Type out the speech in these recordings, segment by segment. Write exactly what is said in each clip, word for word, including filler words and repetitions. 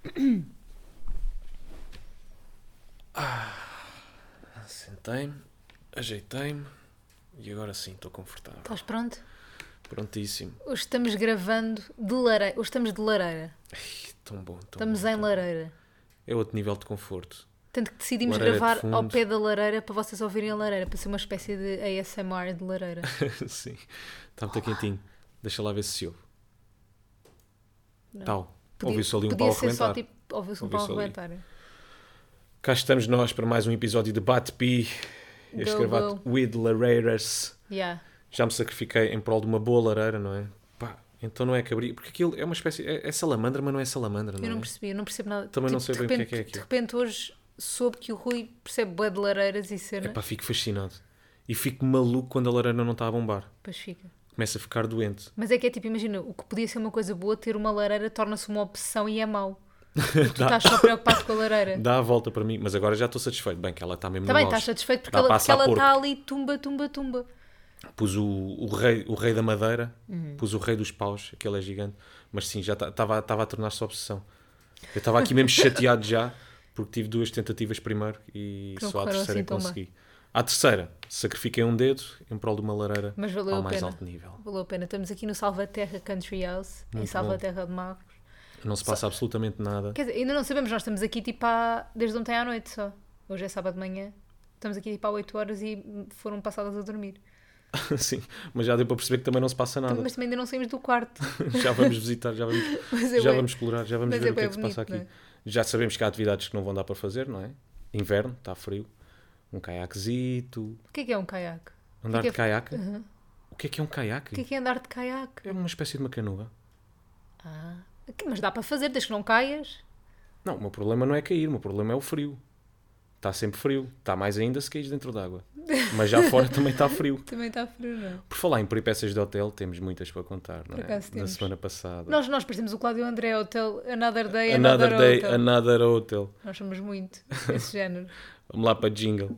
Ah, sentei-me, ajeitei-me e agora sim estou confortável. Estás pronto? Prontíssimo. Hoje estamos gravando de lareira. Hoje estamos de lareira. Ai, tão bom, tão Estamos bom, em tão lareira. bom. É outro nível de conforto. Tanto que decidimos Lareira de gravar fundo. ao pé da lareira para vocês ouvirem a lareira, para ser uma espécie de A S M R de lareira. Sim, está muito quentinho. Deixa lá ver se se ouve. Não. Tal. Podia- Ouviu-se ali um podia pau ser arrebentar. só tipo, ouviu-se um Ouviu-se pau ali. arrebentar. Cá estamos nós para mais um episódio de Bate-Pi. Este Go, gravado go. with lareiras. Yeah. Já me sacrifiquei em prol de uma boa lareira, não é? Pá, então não é cabria. Porque aquilo é uma espécie. É, é salamandra, mas não é salamandra, não Eu é? não percebi, eu não percebo nada. Também não Tipo, sei de bem o que é repente- que é De aquilo. repente hoje soube que o Rui percebe bué de lareiras e É cena. pá, fico fascinado. E fico maluco quando a lareira não está a bombar. Depois fica. Começo a ficar doente. Mas é que é tipo, imagina, o que podia ser uma coisa boa, ter uma lareira torna-se uma obsessão e é mau. Tu Dá, estás só preocupado com a lareira. dá a volta para mim, mas agora já estou satisfeito. Bem, que ela está mesmo Também no estás auge. satisfeito porque Dá ela, para porque assar ela porco. está ali tumba, tumba, tumba. Pus o, o, rei, o rei da madeira, Uhum. pus o rei dos paus, aquele é gigante, mas sim, já estava a tornar-se obsessão. Eu estava aqui mesmo chateado já, porque tive duas tentativas primeiro e Que não só a correram terceira assim é que tão consegui. À terceira, sacrifiquei um dedo em prol de uma lareira Mas valeu ao a mais pena. alto nível. Valeu a pena. Estamos aqui no Salvaterra Country House, em Muito Salvaterra de Magos. Não se passa absolutamente nada. Quer dizer, ainda não sabemos, nós estamos aqui tipo há, desde ontem à noite só. Hoje é sábado de manhã. Estamos aqui tipo há oito horas e foram passadas a dormir. Sim, mas já deu para perceber que também não se passa nada. Mas também ainda não saímos do quarto. Já vamos visitar, já vamos, Mas é já bué- vamos explorar, já vamos mas ver é o que é bué que se passa bonito, aqui. não Já sabemos que há atividades que não vão dar para fazer, não é? Inverno, está frio. Um caiaquezito. O que é que é um caiaque? Andar O que é de que- caiaque? Uhum. O que é que é um caiaque? O que é que é andar de caiaque? É uma espécie de uma canoa. Ah, aqui- mas dá para fazer, desde que não caias. Não, o meu problema não é cair, o meu problema é o frio. Está sempre frio. Está mais ainda se caís dentro d'água. Mas já fora também está frio. Também está frio, não? Por falar em peripécias de hotel, temos muitas para contar, não Por é? acaso Da temos. semana passada. Nós, nós parecemos o Cláudio André Hotel, Another Day, Another Another, day, Hotel. another hotel. Nós somos muito esse género. Vamos lá para jingle.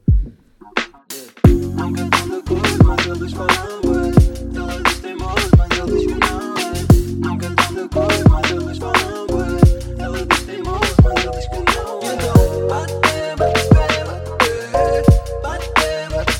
Não cantando a cor, mas eles falam bué. Eles têm moço, mas eles que não é. Não cantando a cor, mas eles falam bué. Eles têm moço, mas eles que não é. Então bate, bate, bate, bate,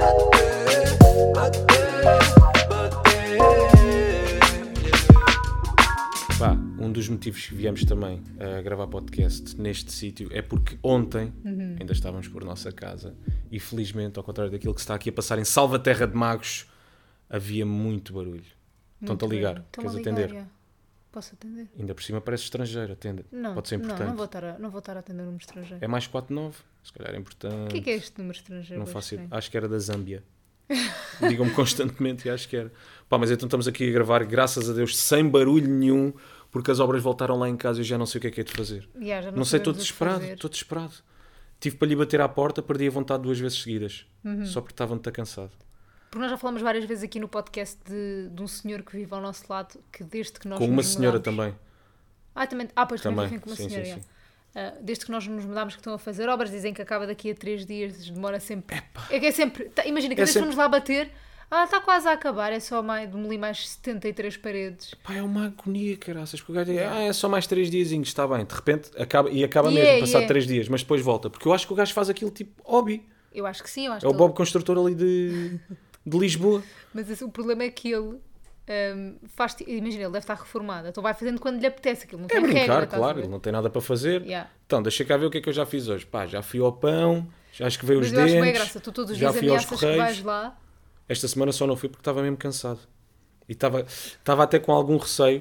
bate, bate. Pá, um dos motivos que viemos também a gravar podcast neste sítio é porque ontem Uhum. ainda estávamos por nossa casa e felizmente, ao contrário daquilo que se está aqui a passar em Salvaterra de Magos, havia muito barulho. Estão-te a Muito ligar? bem. Estão-me Queres a ligar, atender? já. Posso atender? Ainda por cima parece estrangeiro, atende. Não, Pode ser não, importante. não vou estar a, não vou estar a atender um número estrangeiro. É mais quatro nove, se calhar é importante. O que é que é este número estrangeiro? Não Bué faço ideia. estranho. Acho que era da Zâmbia. Digam-me constantemente e acho que era. Pá, mas então estamos aqui a gravar, graças a Deus, sem barulho nenhum, porque as obras voltaram lá em casa e eu já não sei o que é que é de fazer. Já, já Não, sei, estou sabemos o que desesperado, fazer. estou desesperado. Tive para lhe bater à porta, perdi a vontade duas vezes seguidas. Uhum. Só porque estava muito cansado. Porque nós já falamos várias vezes aqui no podcast de, de um senhor que vive ao nosso lado, que desde que nós Com uma nos senhora mudámos- também. Ah, também, ah, pois também, Também, vivem com uma sim, senhora. sim, já. sim. Ah, desde que nós nos mudámos que estão a fazer obras, dizem que acaba daqui a três dias, demora sempre. É que é sempre. tá, imagina, cada É vez que sempre- vamos lá bater, ah, está quase a acabar, é só mais, demolir mais setenta e três paredes. Pá, é uma agonia, caraças. Porque o gajo diz, ah, é só mais três diazinhos, está bem. De repente, acaba, e acaba E mesmo, é, e passado é. três dias. Mas depois volta. Porque eu acho que o gajo faz aquilo tipo hobby. Eu acho que sim, eu acho É o que Bob Construtor ali de, de Lisboa. ele... Mas esse- o problema é que ele hum, faz. Imagina, ele deve estar reformado, então vai fazendo quando lhe apetece aquilo. Não É tem brincar, regra, estás a claro. ver? Ele não tem nada para fazer. Yeah. Então, deixa cá ver o que é que eu já fiz hoje. Pá, já fui ao pão, já escovei os Mas eu acho dentes. bem graça, tu todos os já dias fui aos ameaças que correios. vais lá. Esta semana só não fui porque estava mesmo cansado. E estava, estava até com algum receio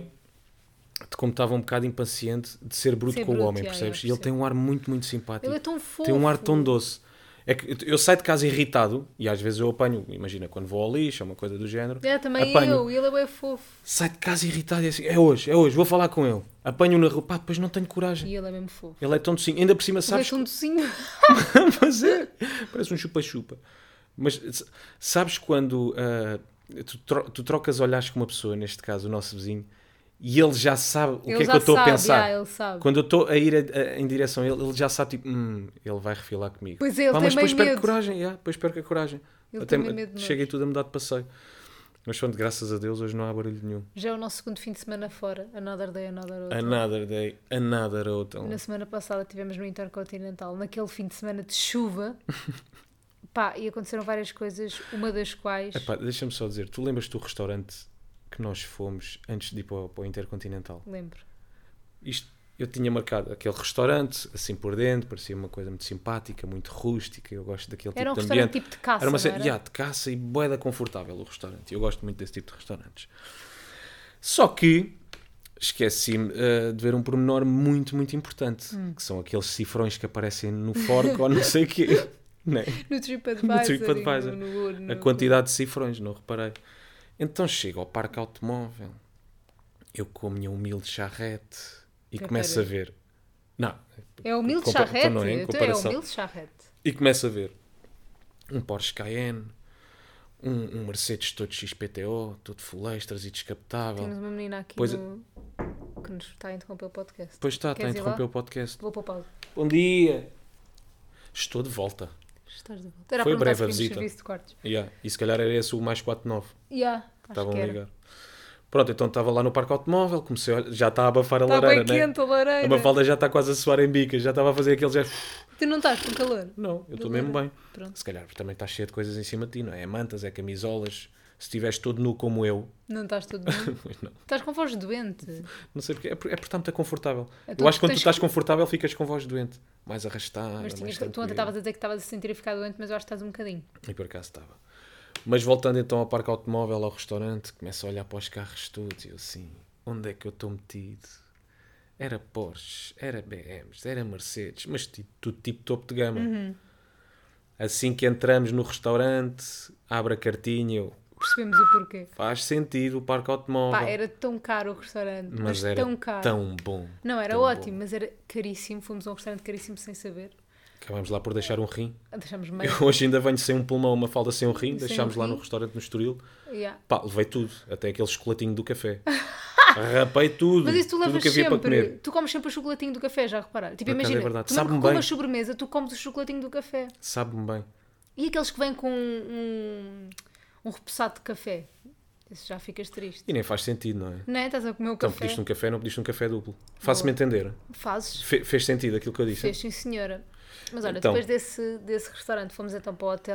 de como estava um bocado impaciente de ser bruto Ser com bruto, o homem, yeah, percebes? yeah, E ele percebo. tem um ar muito, muito simpático. Ele é tão fofo. Tem um ar tão doce. É que eu saio de casa irritado e às vezes eu apanho, imagina, quando vou ao lixo ou uma coisa do género. É, também apanho, eu, e ele é bem fofo. Saio de casa irritado e é assim, é hoje, é hoje, vou falar com ele. Apanho-o na rua, pá, depois não tenho coragem. E ele é mesmo fofo. Ele é tão docinho, ainda por cima, Ele é sabes? tão docinho. Mas é, parece um chupa-chupa. Mas s- sabes quando ah, tu, tro- tu trocas olhares com uma pessoa, neste caso o nosso vizinho, e ele já sabe o Ele que é já que eu estou a sabe, pensar. já, ele sabe. Quando eu estou a ir a- a- em direção a ele, ele já sabe, tipo, hum, ele vai refilar comigo. Pois é, ele Pá, tem mas depois meio perco medo. coragem, yeah, depois perco a coragem. Ele Até tem meio medo de nós. chega e tudo a mudar de passeio. Mas pronto, graças a Deus hoje não há barulho nenhum. Já é o nosso segundo fim de semana fora. Another day, another hotel. Another day, another hotel. Na semana passada estivemos no Intercontinental, naquele fim de semana de chuva. Pá, e aconteceram várias coisas, uma das quais... Epá, deixa-me só dizer, tu lembras-te do restaurante que nós fomos antes de ir para o, para o Intercontinental? Lembro. Isto, eu tinha marcado aquele restaurante, assim por dentro, parecia uma coisa muito simpática, muito rústica, eu gosto daquele Era um tipo de restaurante ambiente. tipo de caça, Era uma não cena, era? yeah, de caça e bué confortável o restaurante. Eu gosto muito desse tipo de restaurantes. Só que esqueci-me uh, de ver um pormenor muito, muito importante, Hum. que são aqueles cifrões que aparecem no fork ou não sei o quê. Não é? No TripAdvisor, No TripAdvisor. e no, no, no, A quantidade de cifrões, não reparei. Então chego ao parque automóvel, eu com a minha humilde charrete e Espera começo a aí. ver. Não. É humilde compa- charrete? então não é, em Então é comparação. humilde charrete. E começo a ver um Porsche Cayenne, um, um Mercedes todo X P T O, todo full extras e descapotável. Temos uma menina aqui Pois é. no... que nos está a interromper o podcast. Depois está, está a Queres ir interromper lá? o podcast. Vou para o pausa. Bom dia! Estou de volta. Estás de volta. Era Foi a perguntar breve se a tínhamos visita. serviço de quartos. Yeah. E se calhar era esse o mais quatro nove. Yeah, acho Estavam que a era. ligar. Pronto, então estava lá no parque automóvel, comecei a olhar, já está a abafar a Está lareira, bem né? quente a lareira. A Mafalda já está quase a suar em bicas, já estava a fazer aquele gesto. Tu não estás com calor? Não, eu estou Do mesmo lado. bem. Pronto. Se calhar também estás cheio de coisas em cima de ti, não é? É mantas, é camisolas. Se estiveres todo nu como eu, Não estás todo bem? não, Estás com voz doente. não sei porque, é por- é porque está muito confortável. Então eu acho que quando tu tens estás que- confortável ficas com voz doente. Mais arrastada, Mas tinhas, mais tu ontem tranquila. estavas a dizer que estavas a sentir a ficar doente, mas eu acho que estás um bocadinho. E por acaso estava. Mas voltando então ao parque automóvel, ao restaurante, começo a olhar para os carros todos e eu assim, onde é que eu estou metido? Era Porsche, era B Ms, era Mercedes, mas tipo, tudo tipo topo de gama. Uhum. Assim que entramos no restaurante, abre a cartinha, eu, Percebemos o porquê. faz sentido o parque automóvel. Pá, era tão caro o restaurante. Mas, mas era tão caro. tão bom. Não, era tão ótimo, bom. mas era caríssimo. Fomos a um restaurante caríssimo sem saber. Acabámos lá por deixar um rim. Deixámos meio. Eu hoje ainda venho sem um pulmão, uma falda sem um rim. Sem Deixámos um lá rim. no restaurante no Estoril. Yeah. Pá, levei tudo. Até aquele chocolatinho do café. Rapei tudo. Mas isso tu tudo levas que havia para sempre. comer. Tu comes sempre o chocolatinho do café, já repararam? Tipo, Por acaso é imagina, verdade. tu mesmo Sabe-me que bem. comas sobremesa, tu comes o chocolatinho do café. Sabe-me bem. E aqueles que vêm com um, um repousado de café? Esse já ficas triste. E nem faz sentido, não é? Não é? Estás a comer o Então café? pediste um café, não pediste um café duplo. Faço-me entender. Fazes? Fe- fez sentido aquilo que eu disse? Fez, sim senhora. Mas olha, Então. depois desse, desse restaurante fomos então para o hotel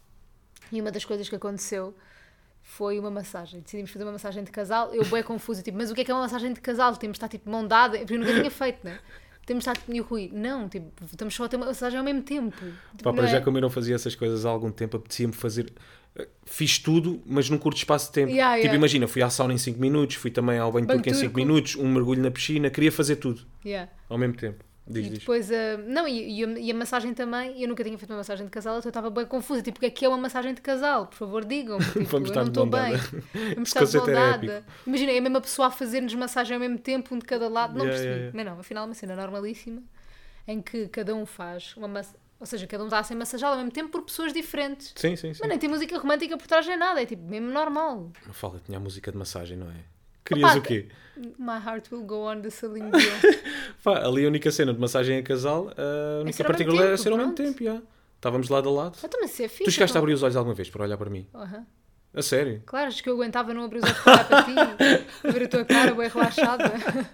e uma das coisas que aconteceu foi uma massagem. Decidimos fazer uma massagem de casal. Eu bem confusa, tipo, mas o que é que é uma massagem de casal? Temos de estar tipo mão dada, porque eu nunca tinha feito, né? Temos de estar tipo, e o Rui, não, tipo, estamos só a ter uma massagem ao mesmo tempo. Tipo, Pá, não para é? já como eu não fazia essas coisas há algum tempo, apetecia-me fazer... Fiz tudo, mas num curto espaço de tempo. Yeah, tipo, yeah. imagina, fui à sauna em cinco minutos, fui também ao banho Banho turco em cinco turco. minutos, um mergulho na piscina, queria fazer tudo Yeah. ao mesmo tempo. Diz, E diz. depois, a não, e, e a, e a massagem também, eu nunca tinha feito uma massagem de casal, então eu estava bem confusa, tipo, o que é que é uma massagem de casal? Por favor, digam-me, tipo, Vamos eu estar não de estou mão bem. dada. Vamos Esse estar de mão conceito era dada. Imagina, é a mesma pessoa a fazer-nos massagem ao mesmo tempo, um de cada lado, não Yeah, percebi. yeah, yeah. Mas não, afinal é uma cena normalíssima, em que cada um faz uma massagem, ou seja, cada um está a ser massageado ao mesmo tempo por pessoas diferentes. Sim, sim, sim. Mas nem tem música romântica por trás nem nada, é tipo, mesmo normal. Uma fala, tinha a música de massagem, não é? Querias Opa, o quê? My Heart Will Go On de Celine Dion. Pá, ali a única cena de massagem a casal, a única ser ao mesmo partícula era tempo, ser ao mesmo pronto. tempo, já. Estávamos lado a lado. Então, mas isso é fixe. Tu chegaste a então. abrir os olhos alguma vez para olhar para mim? Aham. A sério? Claro, acho que eu aguentava não abrir os olhos para olhar para ti, a ver a tua cara bem relaxada.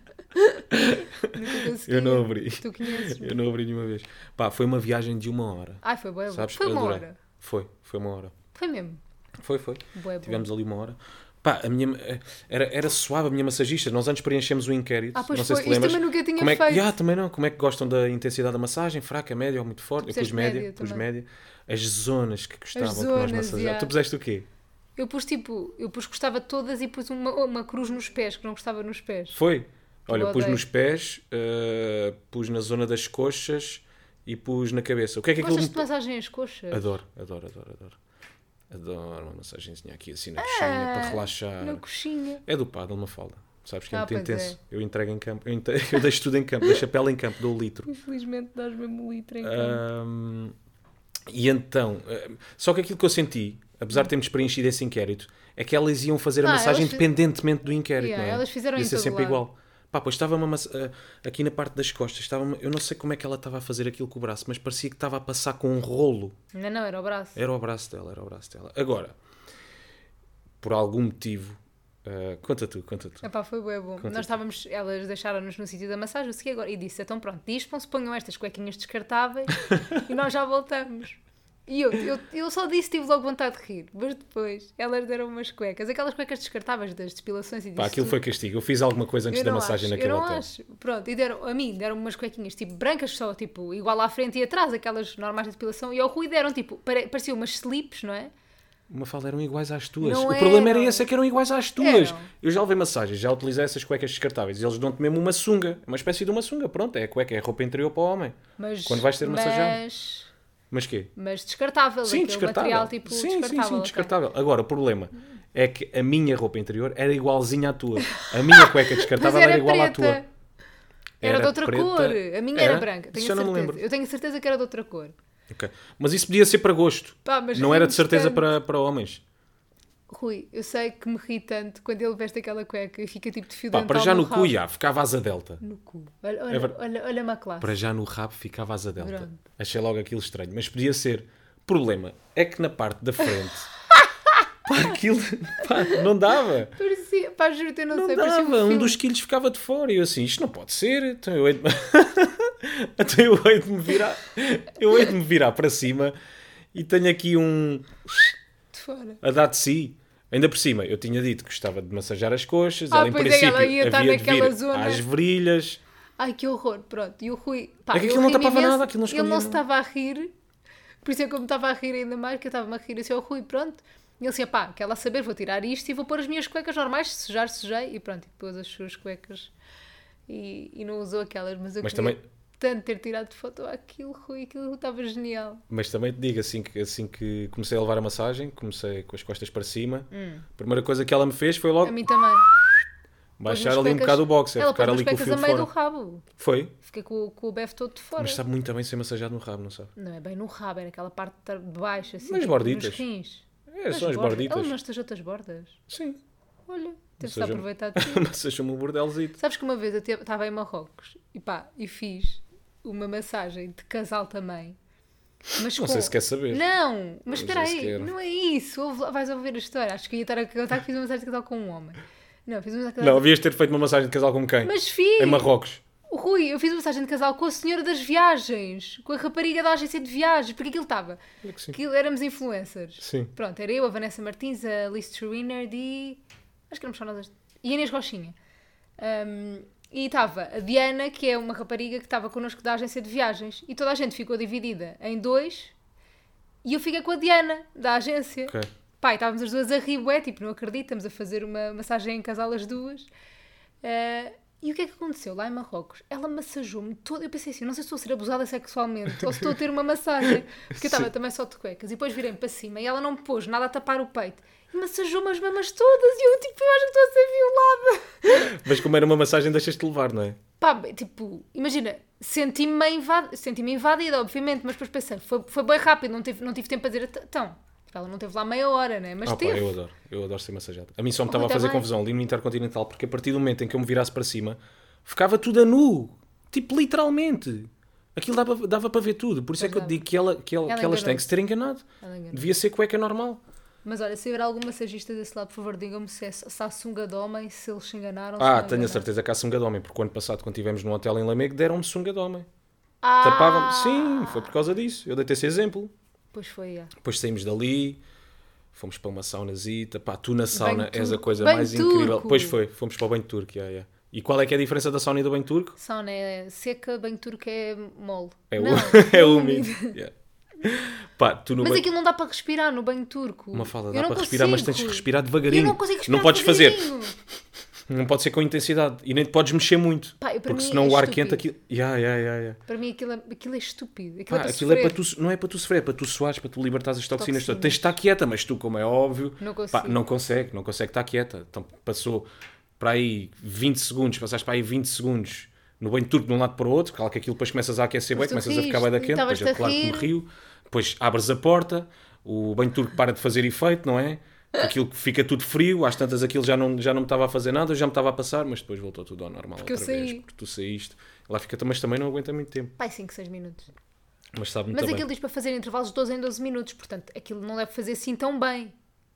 Nunca consegui. Eu não abri. Tu conheces. Eu não abri nenhuma vez. Pá, foi uma viagem de uma hora. Ai, foi boa. Sabes? Foi Eu uma adorei. hora. Foi, foi uma hora. Foi mesmo. Foi, foi. Boa, boa. Tivemos ali uma hora. Pá, a minha, era, era suave a minha massagista. Nós antes preenchemos o inquérito. Ah, pois não sei foi. se te Isto lembras. também nunca tinha Como é que, feito. Ya, também não. Como é que gostam da intensidade da massagem? Fraca, média ou muito forte? Eu pus puseste média. média pus também. média. As zonas que gostavam As que nós zonas, massageávamos. ya. Tu puseste o quê? Eu pus tipo, eu pus gostava de todas e pus uma, uma cruz nos pés, que não gostava nos pés. Foi. Olha, Eu pus odeio. nos pés, uh, pus na zona das coxas e pus na cabeça. O que é que aquilo Gostas de me... massagem às coxas? Adoro, adoro, adoro, adoro. Adoro uma massagenzinha aqui assim na coxinha para relaxar. Na coxinha. É do paddle, uma falda. Sabes que é Ah, muito pois intenso. é. Eu entrego em campo. Eu, inte- eu deixo tudo em campo. Deixo a pele em campo. Dou o litro. Infelizmente dás mesmo um litro em campo. Ahm, e então... ahm, só que aquilo que eu senti, apesar de termos preenchido esse inquérito, é que elas iam fazer a Ah, massagem elas fi- independentemente do inquérito, Yeah, não é? elas fizeram Ia em ser todo sempre lado. igual. Pá, pois estava uma massa- ah, aqui na parte das costas, estava uma- eu não sei como é que ela estava a fazer aquilo com o braço, mas parecia que estava a passar com um rolo. Não, não, era o braço. Era o braço dela, era o braço dela. Agora, por algum motivo, uh, conta tu, conta tu. Epá, foi bem bom. Conta Nós estávamos, elas deixaram-nos no sítio da massagem, eu segui agora e disse, então pronto, dispam-se, ponham estas cuequinhas descartáveis e nós já voltamos. E eu, eu, eu só disse, tive logo vontade de rir, mas depois elas deram umas cuecas, aquelas cuecas descartáveis das depilações e disse, Pá, aquilo foi castigo. Eu fiz alguma coisa antes eu da não massagem acho, naquele eu não hotel. acho. Pronto, e deram, a mim deram umas cuequinhas tipo brancas só, tipo, igual à frente e atrás, aquelas normais de depilação, e ao Rui deram tipo, pare, pareciam umas slips, não é? Uma falda eram iguais às tuas. Não o problema era eram. esse, é que eram iguais às tuas. Eram. Eu já levei massagens, já utilizei essas cuecas descartáveis. E eles dão-te mesmo uma sunga. Uma espécie de uma sunga. Pronto, é a cueca, é a roupa interior para o homem. Mas, Quando vais ter massageado. mas, Mas quê? mas descartável, Sim, aquele descartável. material tipo sim, descartável. sim, sim, ok. descartável. Agora, o problema é que a minha roupa interior era igualzinha à tua. A minha cueca Mas descartável era era igual à preta. tua. Era, Era de outra preta. cor. A minha Era? era branca. Tenho Isso a eu não me certeza. lembro. Eu tenho a certeza que era de outra cor. Ok. Mas isso podia ser para gosto. Pá, mas Não era de rimos certeza tanto. para, para homens. Rui, eu sei que me ri tanto quando ele veste aquela cueca e fica tipo de fio Pá, dental para já no rabo. cu, já, ficava asa delta. No cu. Olha, É olha, ver- olha, olha uma classe. Para já no rabo ficava asa delta. Pronto. Achei logo aquilo estranho. Mas podia ser. Problema é que na parte da frente. pá, aquilo. Pá, não dava. Parecia, pá, juro-te, eu não, Não sei. parecia dava. Um filme. dos quilhos ficava de fora. E eu assim, isto não pode ser. Então eu hei de, então eu hei de me virar. Eu hei de me virar para cima e tenho aqui um. De fora. a dar de si. Ainda por cima, eu tinha dito que gostava de massajar as coxas. Ah, ela, em pois é, princípio, ela ia estar havia de naquela vir zona. às virilhas. Ai, que horror. Pronto. E o Rui. Pá, É que eu aquilo não ri-me tapava imenso. nada, aquilo não Ele escondia não se nada. estava a rir. Por isso é que eu me estava a rir ainda mais, que eu estava-me a rir assim ao Rui. Pronto. E ele disse, pá, quer lá saber, vou tirar isto e vou pôr as minhas cuecas normais. Se sujar, sujei. E pronto, e pôs as suas cuecas. E, e não usou aquelas. Mas eu Mas queria também- tanto ter tirado foto àquilo, Rui. Aquilo estava genial. Mas também te digo, assim que, assim que comecei a levar a massagem, comecei com as costas para cima, a primeira coisa que ela me fez foi A logo mim também. baixar Pôs umas ali um cuecas- bocado o boxer, Ela ficar pôs ali umas com o cuecas fio a de meio fora. do rabo. Foi, Fiquei com, com o bef todo de fora. mas sabe muito também ser massajado no rabo, não sabe? Não é bem no rabo, é naquela parte de baixo, assim. Nas tipo, borditas. Nos rins. É, Nas são as bordas. borditas. Ela não estas outras bordas. Sim. Olha, teve-se Seja- aproveitado de ti. Massajou-me um bordelzito. Sabes que uma vez eu estava em Marrocos e pá, e fiz uma massagem de casal também. Mas Não com... sei se quer saber. Não, mas Não espera sei se aí, quer. não é isso. Ouve lá, vais ouvir a história. Acho que ia estar a contar que fiz uma massagem de casal com um homem. Não, fiz uma massagem de Não, casal. havias de ter feito uma massagem de casal como quem? Mas fiz! Em Marrocos. O Rui, eu fiz uma massagem de casal com a senhora das viagens, com a rapariga da agência de viagens, porque aquilo estava. Olha que sim. Aquilo, éramos influencers. Sim. Pronto, era eu, a Vanessa Martins, a Liz Trewinard e. Acho que éramos só nós. as- E a Inês Rochinha. Um, e estava a Diana, que é uma rapariga que estava connosco da agência de viagens. E toda a gente ficou dividida em dois. E eu fiquei com a Diana, da agência. Ok. Pai, estávamos as duas a rir, bué, tipo, não acredito, estamos a fazer uma massagem em casal as duas. Eh, e o que é que aconteceu lá em Marrocos? Ela massageou-me toda. Eu pensei assim, não sei se estou a ser abusada sexualmente ou se estou a ter uma massagem. Porque eu estava Sim. também só de cuecas. E depois virei para cima e ela não me pôs nada a tapar o peito. E massageou-me as mamas todas. E eu, tipo, eu acho que estou a ser violada. Mas como era uma massagem, deixaste-te levar, não é? Pá, bem, tipo, imagina, senti-me invad... senti-me invadida, obviamente, mas depois pensei, foi, foi bem rápido, não tive, não tive tempo para dizer, então, ela não teve lá meia hora, né? Mas Ah, pá, teve. eu adoro. Eu adoro ser massajado. A mim só me Oh, estava a fazer também. confusão ali no Intercontinental, porque a partir do momento em que eu me virasse para cima, ficava tudo a nu. Tipo, literalmente. Aquilo dava, dava para ver tudo. Por isso é Pois que eu dava. digo que, ela, que, ela, Ela que elas têm enganou-se. que se ter enganado. Ela enganou. Devia ser cueca normal. Mas olha, se houver algum massagista desse lado, por favor, digam-me se, é, se há sunga de homem, se eles se enganaram. se Ah, não tenho a enganaram. certeza que há sunga de homem, porque o ano passado, quando estivemos num hotel em Lamego, deram-me sunga de homem. Ah, Tapavam-me. Sim, foi por causa disso. Eu dei-te esse exemplo. Pois foi, é. Depois saímos dali, fomos para uma saunazita. Pá, tu na sauna Banho és a turco. coisa Banho mais incrível. turco. Pois foi, fomos para o banho turco. Yeah, yeah. E qual é que é a diferença da sauna e do banho turco? Sauna é seca, banho turco é mole. É, não, u- é úmido. Yeah. Pá, tu no Mas banho... aquilo não dá para respirar no banho turco. Uma fala, Eu dá não para respirar, mas consigo. tens de respirar devagarinho. Eu não consigo respirar Não podes fazer. devagarinho. Não pode ser com intensidade. E nem te podes mexer muito. Pá, eu- para porque mim senão é o ar estúpido. quente aquilo. Yeah, yeah, yeah, yeah. Para mim aquilo, é- aquilo é estúpido. Aquilo, Pá, é para aquilo é sofrer. para tu, não é para tu sofrer, é para tu suares, para tu libertares as toxinas. Toxinas. Tens de estar quieta, mas tu, como é óbvio, Não pá, consigo. não consegue, não consegue estar quieta. Então passou para aí vinte segundos, passaste para aí vinte segundos no banho turco de um lado para o outro, claro que aquilo depois começas a aquecer bem, Mas tu começas a ficar bem da riste, quente, depois estavas-te é a claro que me rir. rio, depois abres a porta, o banho turco para de fazer efeito, não é? Aquilo que fica tudo frio, às tantas aquilo já não, já não me estava a fazer nada, já me estava a passar, mas depois voltou tudo ao normal Porque outra eu vez, saí. porque tu saíste. Lá fica, mas também não aguenta muito tempo. Pai, cinco, seis minutos. Mas sabe muito Mas bem. aquilo diz para fazer intervalos de doze em doze minutos, portanto, aquilo não deve fazer assim tão bem.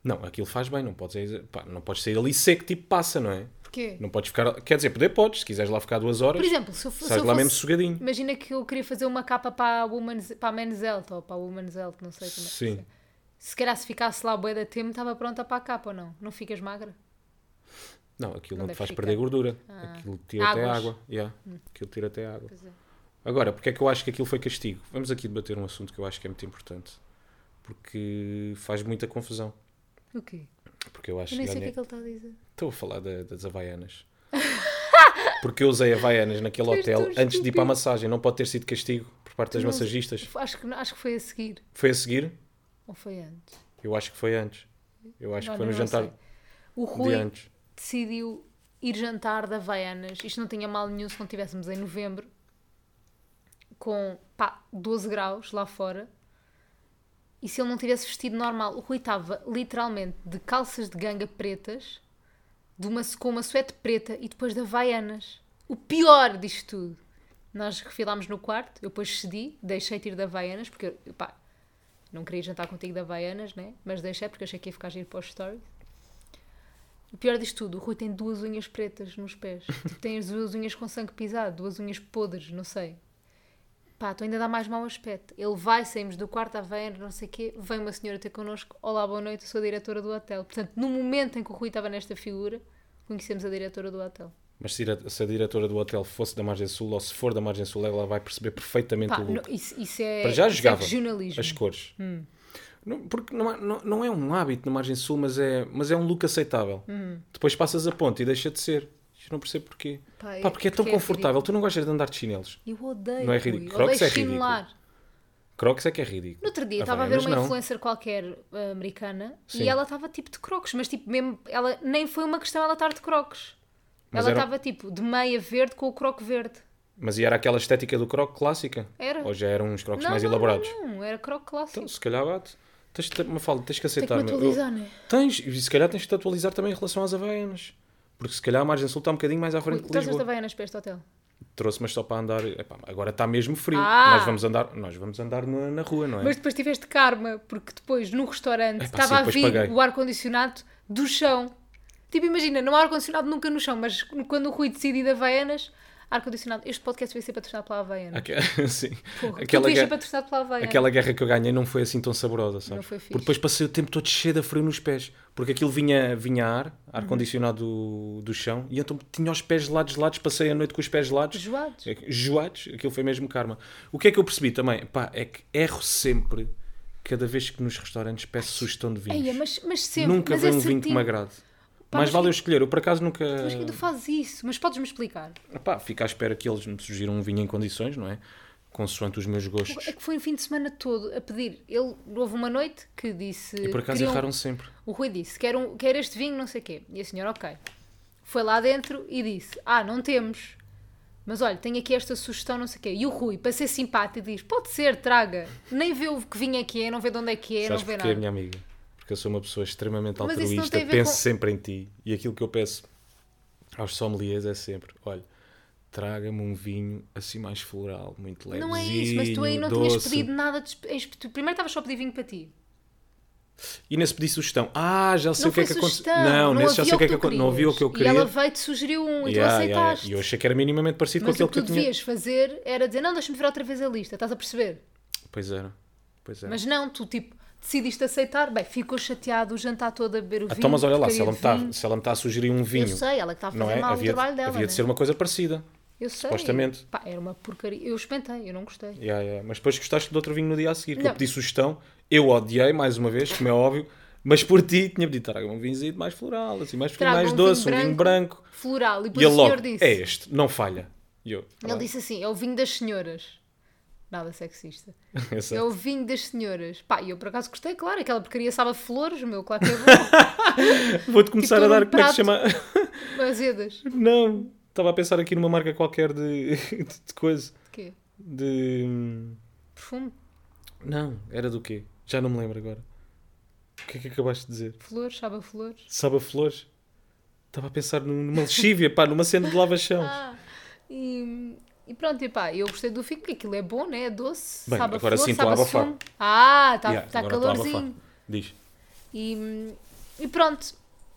Não, aquilo faz bem, não podes, pá, não podes sair ali seco, tipo passa, não é? Porquê? Não podes ficar... Quer dizer, poder podes, se quiseres lá ficar duas horas, Por exemplo, se eu, fo- se sais eu lá fosse... mesmo sugadinho. Imagina que eu queria fazer uma capa para a, Woman's, para a Men's Health, ou para a Woman's Health, não sei como é que Sim. se Se calhar se ficasse lá bué da tempo, estava pronta para a capa ou não? Não ficas magra? Não, aquilo Não não, te deve faz ficar. perder gordura. Ah. Aquilo tira até Águas. água. Yeah. Aquilo tira até água. Pois é. Agora, porque é que eu acho que aquilo foi castigo? Vamos aqui debater um assunto que eu acho que é muito importante. Porque faz muita confusão. O quê? Porque eu acho Eu nem que sei o que ganhei... é que ele está a dizer. Estou a falar da- das Havaianas. Porque eu usei Havaianas naquele Tu és hotel tão antes de ir para a estúpido. massagem. Não pode ter sido castigo por parte das Tu não- massagistas. Acho que, acho que foi a seguir. Foi a seguir? Ou foi antes? Eu acho que foi antes. Eu acho que Olha, foi no não jantar sei. O de Rui antes. decidiu ir jantar de Havaianas. Isto não tinha mal nenhum se não estivéssemos em novembro. Com, pá, doze graus lá fora. E se ele não tivesse vestido normal? O Rui estava literalmente de calças de ganga pretas, de uma, com uma suéte preta e depois de Havaianas. O pior disto tudo. Nós refilámos no quarto, eu depois cedi, deixei-te ir de Havaianas, porque, eu, pá, não queria jantar contigo de Havaianas, né? Mas deixei porque achei que ia ficar giro para os stories. O pior disto tudo, o Rui tem duas unhas pretas nos pés. Tipo, tem as duas unhas com sangue pisado, duas unhas podres, não sei. Pá, tu ainda dá mais mau aspecto. Ele vai, saímos do quarto à Havaianas, não sei o quê, vem uma senhora ter connosco, olá, boa noite, eu sou a diretora do hotel. Portanto, no momento em que o Rui estava nesta figura, conhecemos a diretora do hotel. Mas se a- se a diretora do hotel fosse da Margem Sul, ou se for da Margem Sul, ela vai perceber perfeitamente Pá, o look. não, isso, isso é, Para já isso é jogava regionalismo. as cores. Hum. Não, porque não, há- não, não é um hábito na Margem Sul, mas é, mas é um look aceitável. Hum. Depois passas a ponte e deixa de ser. Eu não percebo porquê. Pá, Pá, porque é tão porque é confortável. ridículo. tu não gostas de andar de chinelos. Eu odeio, Não é Rui. ridículo. Crocs Odeio é ridículo. chinelar. Crocs é que é ridículo. No outro dia estava a ver Havaianas, uma não. influencer qualquer uh, americana Sim. e ela estava tipo de crocs, mas tipo mesmo, ela nem foi uma questão ela estar de crocs. Mas ela era- estava tipo de meia verde com o croc verde. Mas e era aquela estética do croc clássica? Era. Ou já eram uns crocs Não, mais não, elaborados? Não, não, era croc clássico. Então, se calhar bate. Tens, de- uma fala, tens que Tem que aceitar. me meu. Eu- atualizar, não é? Tens, e se calhar tens de te atualizar também em relação às Havaianas. Porque se calhar a Margem Sul está um bocadinho mais à frente de Tu estás da Lisboa. Havaianas para este hotel? Trouxe, mas só para andar. Epá, agora está mesmo frio. Ah! Nós vamos andar, nós vamos andar na, na rua, não é? Mas depois tiveste karma, porque depois no restaurante Epá, estava sim, a depois vir paguei. o ar-condicionado do chão. Tipo, imagina, não há ar-condicionado nunca no chão, mas quando o Rui decide ir de Havaianas, ar-condicionado. Este podcast vai ser patrocinado pela Havaianas. Aque- Sim. Porra, Aquela, tu devias ser guerra, patrocinado pela Havaianas. aquela guerra que eu ganhei não foi assim tão saborosa, sabes? Não foi fixe. Porque depois passei o tempo todo cheio de frio nos pés. Porque aquilo vinha, vinha ar, ar-condicionado do, do chão, e então tinha os pés gelados, gelados, passei a noite com os pés gelados. Joados. É que- Joados, aquilo foi mesmo karma. O que é que eu percebi também? Pá, é que erro sempre, cada vez que nos restaurantes peço sugestão de vinhos. Eia, mas, mas sempre. Nunca mas vem é um vinho que certinho. me agrade. Pá, Mais mas vale que- eu escolher. Eu por acaso nunca. Mas que tu fazes isso? Mas podes-me explicar? Pá, fico à espera que eles me sugiram um vinho em condições, não é? Consoante os meus gostos. É que foi um fim de semana todo a pedir. Ele, houve uma noite que disse... E por acaso queriam- erraram sempre. O Rui disse, quer, um, quer este vinho, não sei o quê. E a senhora, ok. Foi lá dentro e disse, ah, não temos. Mas olha, tenho aqui esta sugestão, não sei o quê. E o Rui, para ser simpático, diz, pode ser, traga. Nem vê o que vinho é que é, não vê de onde é que é, Sabes não vê porquê, nada. minha amiga? Porque eu sou uma pessoa extremamente Mas isso não altruísta, tem a ver penso com- sempre em ti. E aquilo que eu peço aos sommeliers é sempre, olha, traga-me um vinho assim mais floral, muito levezinho, Não é isso, mas tu aí não doce. tinhas pedido nada de... espe- espe- tu Primeiro estavas só a pedir vinho para ti. E nesse pedi sugestão. Ah, já sei Não o que é foi que aconteceu. sugestão, Não, nesse já havia sei o que é que tu aconteceu. Não havia o que eu querias. queria. E ela veio-te sugerir um e tu Yeah, yeah, yeah. aceitaste. E eu achei que era minimamente parecido Mas com o aquilo que que tu eu tinha. devias fazer era dizer, não, deixa-me ver outra vez a lista, estás a perceber? Pois era. Pois era. Mas não, tu tipo, decidiste aceitar, bem, ficou chateado o jantar todo a beber o vinho. Então, mas olha lá, se porcaria ela, me de está, vinho. se ela me está a sugerir um vinho, Eu sei, ela que está a não fazer é? mal havia o trabalho dela, havia de né? ser uma coisa parecida. Eu sei. supostamente. Pá, era uma porcaria. Eu experimentei, eu não gostei. Yeah, yeah. Mas depois gostaste de outro vinho no dia a seguir, que Não. eu pedi sugestão, eu odiei, mais uma vez, como é óbvio, mas por ti tinha pedido, traga um vinhozinho mais floral, assim, mais, Traga mais um doce, vinho um vinho branco. branco. Floral. E E depois ele o senhor logo, disse. é este, não falha. E eu, Ele disse assim, é o vinho das senhoras. Nada sexista. Exato. É o vinho das senhoras. Pá, e eu por acaso gostei, claro, aquela porcaria sabe a flores, meu, claro que é bom. Vou-te começar Tipo, a dar, um como é que se prato. chama? Azedas. Não, estava a pensar aqui numa marca qualquer de, de coisa. O quê? De... hum, Perfume? Não, era do quê? Já não me lembro agora. O que é que acabaste de dizer? Flores, sabe a flores? Sabe a flores? Estava a pensar num- numa lexívia, pá, numa cena de lava-chão. Ah, e, e pronto, e pá, eu gostei do vinho, porque aquilo é bom, né? É doce, Bem, sabe a agora flor, sim sabe estou a a abafar. sumo. Ah, está Yeah, tá agora estou a calorzinho. abafar. Diz. E, e pronto.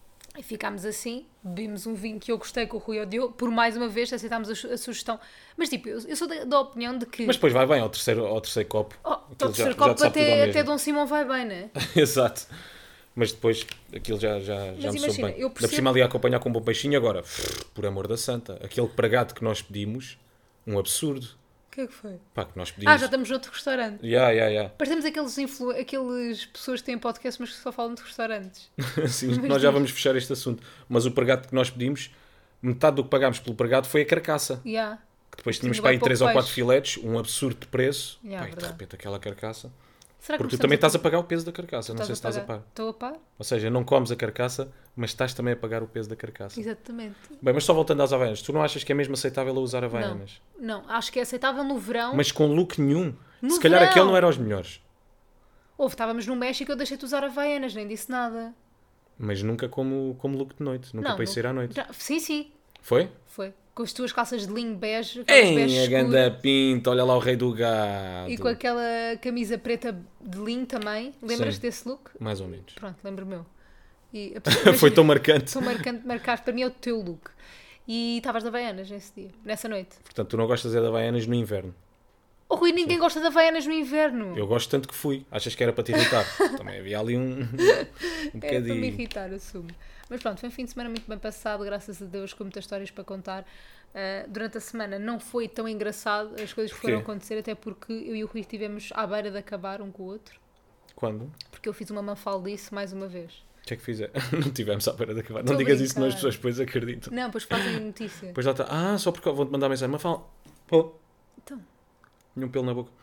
E ficámos assim, bebemos um vinho que eu gostei, que o Rui odiou, por mais uma vez aceitámos a, su- a sugestão. Mas tipo, eu, eu sou da, da opinião de que... Mas depois vai bem ao terceiro, ao terceiro copo. Oh, Aquilo o já- terceiro já copo te sabe tudo ao até, mesmo. até Dom Simão vai bem, né? Exato. Mas depois aquilo já, já, já Mas me soube imagina, bem. eu Da por percebo- cima ali a acompanhar com um bom peixinho, agora, por amor da santa, aquele pregado que nós pedimos, um absurdo. O que é que foi? Pá, que nós pedimos. Ah, já estamos noutro restaurante. Ya, ya, ya. Parecemos aqueles, influ... aqueles pessoas que têm podcast, mas que só falam de restaurantes. Sim, nós já vamos fechar este assunto. Mas o pregado que nós pedimos, metade do que pagámos pelo pregado foi a carcaça. Yeah. Que depois Tínhamos tínhamos para aí bem pouco três ou quatro peixe. filetes, um absurdo de preço. Ya, Pá, e de verdade. repente aquela carcaça. Será que Porque tu nós também estás a estamos pagar o peso da carcaça, não estás sei se estás a pagar? par. Estou a par? Ou seja, não comes a carcaça, mas estás também a pagar o peso da carcaça. Exatamente. Bem, mas só voltando às Havaianas, tu não achas que é mesmo aceitável a usar Havaianas? Não, acho que é aceitável no verão. Mas com look nenhum. No Se calhar verão. aquele não era os melhores. Houve, estávamos no México, eu deixei-te usar Havaianas, nem disse nada. Mas nunca como, como look de noite. Nunca não, para ir no- sair à noite. Já- Sim, sim, Foi? foi. Com as tuas calças de linho bege, aquelas Ei, bege a escuro, ganda pinta, olha lá o rei do gado. e com aquela camisa preta de linho também. Lembras Sim. desse look? Mais ou menos. Pronto, lembro-me eu. E a Foi tão marcante. São marcante, marcaste para mim é o teu look. E estavas de Havaianas nesse dia, nessa noite. Portanto, tu não gostas é de Havaianas no inverno. Oh Rui, ninguém gosta de Havaianas no inverno. Eu gosto tanto que fui. Achas que era para te irritar? Também havia ali um, um É para me bocadinho. irritar, assumo. Mas pronto, foi um fim de semana muito bem passado, graças a Deus, com muitas histórias para contar. Uh, durante a semana não foi tão engraçado as coisas que Porquê? foram acontecer, até porque eu e o Rui estivemos à beira de acabar um com o outro. Quando? Porque eu fiz uma mafaldice mais uma vez. O que é que fizer? Não tivemos à beira de acabar. Estou Não a digas isso, senão as brincar. pessoas depois acreditam. Não, pois fazem notícia. Depois lá está. Ah, só porque vão-te mandar mensagem. Mas fala. Pô, Então, nenhum pelo na boca.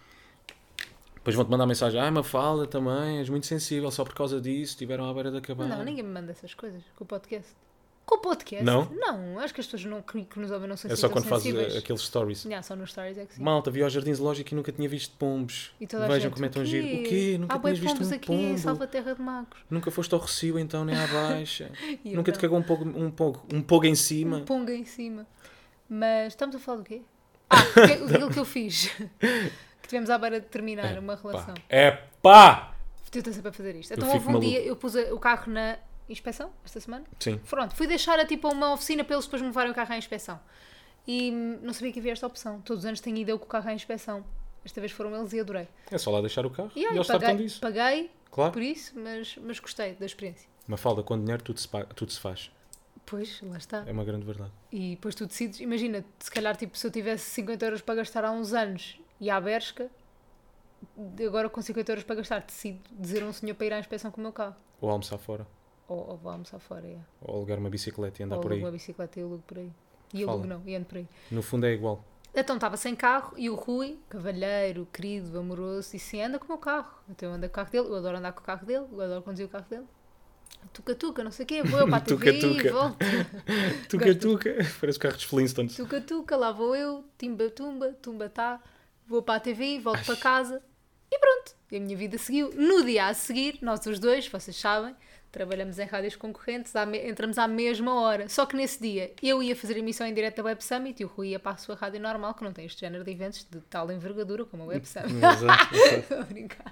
Depois vão-te mandar mensagem. Ah, Mafalda também, és muito sensível. Só por causa disso, estiveram à beira de acabar. não, ninguém me manda essas coisas com o podcast. Com o podcast? Não? Não, acho que as pessoas não, que que nos ouvem não são É assim só tão quando fazes sensíveis. eh, aqueles stories. Já, só nos stories é que sim. Malta, vi ao Jardim Zoológico e nunca tinha visto pombos. E toda a Vejam gente, como é tão o giro. O quê? Nunca Há bué tinhas visto pombos um aqui em pombo? Salvaterra de Magos. Nunca foste ao Recio então, nem à Baixa. E eu Nunca te não. cagou um pouco, um pouco, um pouco em cima. Um ponga em cima. Mas estamos a falar do quê? Ah, o que- aquilo que eu fiz. Que tivemos à beira de terminar uma relação. É pá! Eu sempre a fazer isto. Eu Então fico houve um maluco. dia, eu pus a- o carro na inspeção, esta semana. Sim. Pronto, fui deixar a tipo a uma oficina para eles depois me levarem o carro à inspeção. E hum, não sabia que havia esta opção. Todos os anos tenho ido eu com o carro à inspeção. Esta vez foram eles e adorei. É só lá deixar o carro E e, aí, eles tratam paguei, disso. paguei Claro. por isso, mas, mas gostei da experiência. Mafalda, com dinheiro tudo se, paga, tudo se faz. Pois, lá está. É uma grande verdade. E depois tu decides, imagina, se calhar tipo, se eu tivesse cinquenta euros para gastar há uns anos e à Bershka, agora com cinquenta euros para gastar, decido dizer a um senhor para ir à inspeção com o meu carro. Ou almoçar fora. Ou, ou vou almoçar fora, é. Ou alugar uma bicicleta e andar Ou por aí. alugo a bicicleta e alugo por aí. E Fala. alugo não, e ando por aí. No fundo é igual. Então estava sem carro e o Rui, cavalheiro, querido, amoroso, disse assim, anda com o meu carro. Então eu ando com o carro dele, eu adoro andar com o carro dele, eu adoro conduzir o carro dele. Tuca-tuca, não sei o quê, vou eu para a T V e Tuca-tuca. volto. Tuca, Gosto. tuca. Parece o carro dos Flintstones. Tuca-tuca, lá vou eu, timba-tumba, tumba-tá, vou para a T V, volto para casa e pronto. E a minha vida seguiu. No dia a seguir, nós os dois, vocês sabem, trabalhamos em rádios concorrentes, à me- entramos à mesma hora. Só que nesse dia eu ia fazer emissão em direto da Web Summit e o Rui ia para a sua rádio normal, que não tem este género de eventos de tal envergadura como a Web Summit. Exato, exato. Estou a brincar.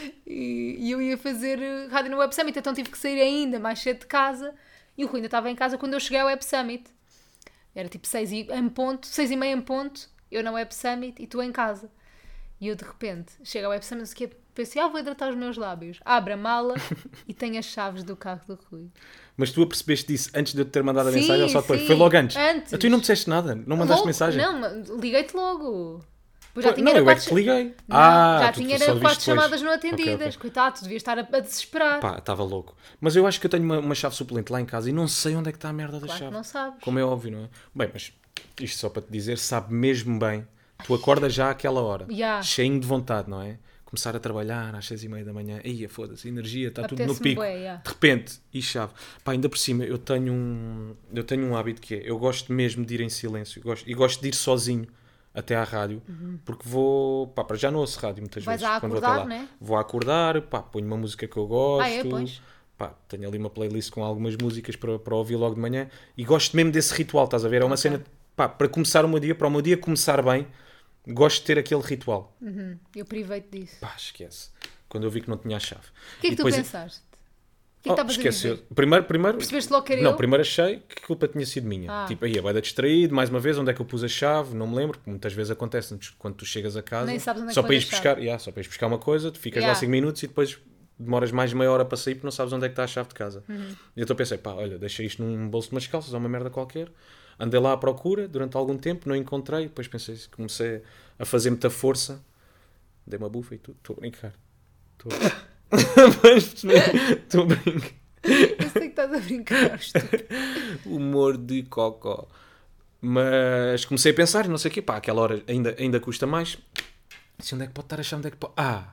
E, e eu ia fazer eh, rádio no Web Summit, então tive que sair ainda mais cedo de casa e o Rui ainda estava em casa quando eu cheguei ao Web Summit. Era tipo seis e, em ponto, seis e meia em ponto, eu na Web Summit e tu em casa. E eu de repente chego ao Web Summit e sei que pensei, ah, vou hidratar os meus lábios. Abro a mala e tenho as chaves do carro do Rui. Mas tu apercebeste disso antes de eu te ter mandado a Sim, mensagem ou só depois? sim. Foi logo antes? Antes. A tu não me disseste nada? Não mandaste Logo- mensagem? Não, mas liguei-te logo. Depois Pô, já tinha não, era eu é quatro que te liguei. Não, ah, já tu tinha só era viste quatro depois. chamadas não Ok, atendidas. ok. Coitado, tu devias estar a, a desesperar. Pá, estava louco. Mas eu acho que eu tenho uma, uma chave suplente lá em casa e não sei onde é que está a merda da Claro que chave. não sabes. Como é óbvio, não é? Bem, mas isto só para te dizer, sabe mesmo bem. Tu acordas já àquela hora, Ya. cheinho de vontade, não é? Começar a trabalhar às seis e meia da manhã. Ia, foda-se, energia, está tudo no Apetece-me pico. bué, ya. De repente, e chave. Pá, ainda por cima, eu tenho um, eu tenho um hábito que é, eu gosto mesmo de ir em silêncio. Gosto, e gosto de ir sozinho até à rádio, porque vou, pá, para já não ouço rádio muitas Vais vezes. a quando vou acordar, até lá. né? Vou a acordar, pá, ponho uma música que eu gosto. Ah, é? Pões? Pá, tenho ali uma playlist com algumas músicas para, para ouvir logo de manhã e gosto mesmo desse ritual, estás a ver? É uma cena, pá, para começar o meu dia, para o meu dia começar bem, gosto de ter aquele ritual. Uhum, eu privei-te disso. Pá, esquece. Quando eu vi que não tinha a chave. O que é E que tu depois- pensaste? O que é que Oh, estavas a esqueceu. dizer? Primeiro, primeiro, Percebeste logo que era não, eu? primeiro achei que a culpa tinha sido minha. Ah. Tipo, aí a boeda distraído, mais uma vez, onde é que eu pus a chave? Não me lembro, porque muitas vezes acontece quando tu chegas a casa, Nem sabes onde é que só pões para a ires chave. buscar, yeah, só para ires buscar uma coisa, tu ficas lá Yeah. cinco minutos e depois demoras mais de meia hora para sair porque não sabes onde é que está a chave de casa. Uhum. E então pensei, pá, olha, deixei isto num bolso de umas calças ou uma merda qualquer. Andei lá à procura durante algum tempo, não encontrei, depois pensei, comecei a fazer muita força, dei uma bufa e tudo, estou a brincar. Estou Estou a brincar. Eu sei que estás a brincar, estúpido. Humor de cocó. Mas comecei a pensar, não sei o quê, pá, aquela hora ainda, ainda custa mais. Disse, onde é que pode estar a chave? Onde é que pode... Ah,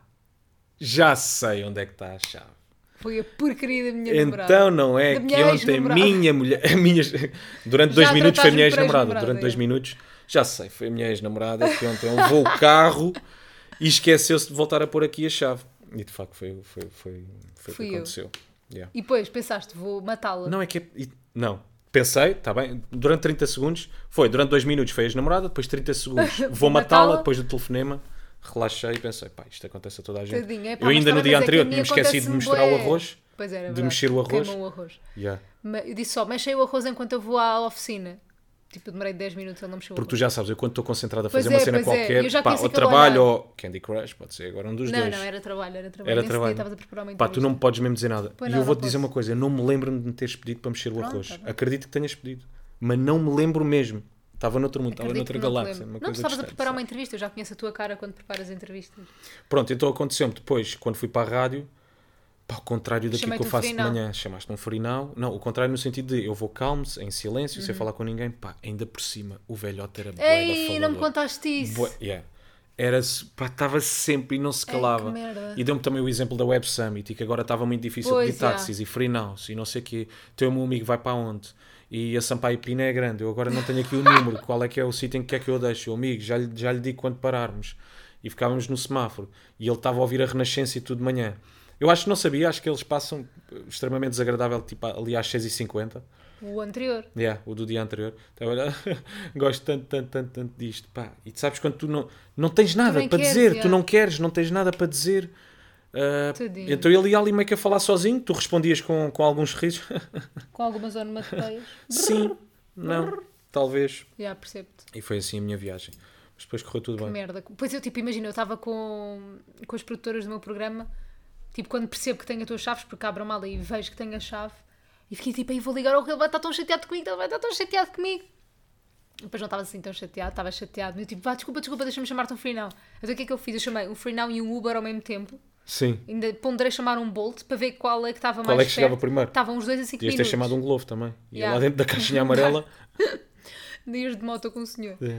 já sei onde é que está a chave. Foi a porcaria da minha namorada. Então não é Da que minha ontem ex-namorada. minha mulher... A minha, durante Já dois minutos foi a minha trataste-me por ex-namorada. ex-namorada, Durante dois é. minutos, já sei, foi a minha ex-namorada que ontem levou o carro e esqueceu-se de voltar a pôr aqui a chave. E de facto foi, foi, foi, foi o Fui que eu. aconteceu. Yeah. E depois pensaste, vou matá-la. Não, é que é... e- Não. Pensei, está bem, durante trinta segundos, foi, durante dois minutos foi a ex-namorada, depois trinta segundos Vou vou matá-la. matá-la, depois do telefonema, relaxei e pensei, pá, isto acontece a toda a gente. Tadinha, é pá, eu mas ainda no também, dia mas é que anterior a mim tinha-me esquecido de acontece-me mostrar o bué. arroz, Pois era, de verdade. mexer o arroz. Queimam o arroz. Yeah. Mas eu disse só, mexei o arroz enquanto eu vou à oficina. Tipo, eu demorei dez minutos, ele não mexeu o Porque tu arroz. já sabes, eu quando estou concentrado a Pois fazer é, uma cena pois é, qualquer, eu já pá, conheço ou aquele trabalho olhar. ou Candy Crush, pode ser agora um dos Não, dois. não, era trabalho, era trabalho. Era Nesse trabalho. dia estavas a preparar uma Pá, tu entrevista. não me podes mesmo dizer nada. Pois e não, eu vou-te não dizer posso. uma coisa, eu não me lembro de me teres pedido para mexer o Pronto, arroz. tá bem. Acredito que tenhas pedido. Mas não me lembro mesmo. Estava noutro mundo, estava Acredito noutra que não te galáxia. lembro. Uma Não, tu coisa estavas a distante, preparar uma sabes? entrevista, eu já conheço a tua cara quando preparas entrevistas. Pronto, então aconteceu-me depois, quando fui para a rádio, pá, ao contrário daquilo Chamei-te que eu um faço de ferinal. manhã, chamaste-me um ferinal. Não, o contrário no sentido de eu vou calmo, em silêncio, Uhum. sem falar com ninguém. Pá, ainda por cima, o velhote era bué da Ei, não me falador. contaste isso. Bué- yeah. Era, pá, estava sempre e não se calava. que merda. E deu-me também o exemplo da Web Summit, e que agora estava muito difícil Pois, pedir yeah. táxis e free-nows e não sei o quê. Teu meu amigo vai para onde? E a Sampaio Pina é grande, eu agora não tenho aqui o número, qual é que é o sítio em que é que eu deixo? O amigo, já lhe, já lhe digo quando pararmos. E ficávamos no semáforo. E ele estava a ouvir a Renascença e tudo de manhã. Eu acho que não sabia, acho que eles passam extremamente desagradável, tipo ali às seis e cinquenta. O anterior. Yeah, o do dia anterior. Então, olha, gosto tanto, tanto, tanto, tanto disto. Pá. E tu sabes quando tu não, não tens nada nem para queres, dizer, tu yeah. não queres, não tens nada para dizer. Ah, Tadinho. então ele ia ali meio que a falar sozinho, tu respondias com, com alguns risos. Com algumas onomatopeias. Sim, não, talvez. Já, percebo-te. E foi assim a minha viagem. Mas depois correu tudo Que bem. merda. Pois eu, tipo, imagina, eu estava com, com as produtoras do meu programa, tipo, quando percebo que tenho as tuas chaves, porque abro a mala e vejo que tenho a chave, e fiquei tipo, aí vou ligar ao que ele vai estar tão chateado comigo, ele vai estar tão chateado comigo. Depois não estava assim tão chateado, estava chateado. Eu tipo, vá, desculpa, desculpa, deixa-me chamar-te um free now. Então o que é que eu fiz? Eu chamei um free now e um Uber ao mesmo tempo. Sim. Ainda ponderei chamar um Bolt para ver qual é que estava Qual mais é que chegava perto. primeiro? Estavam os dois a cinco Podias ter minutos. chamado um Glovo também. E Yeah. lá dentro da caixinha amarela. Dias de moto com o senhor. É.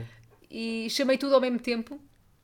E chamei tudo ao mesmo tempo.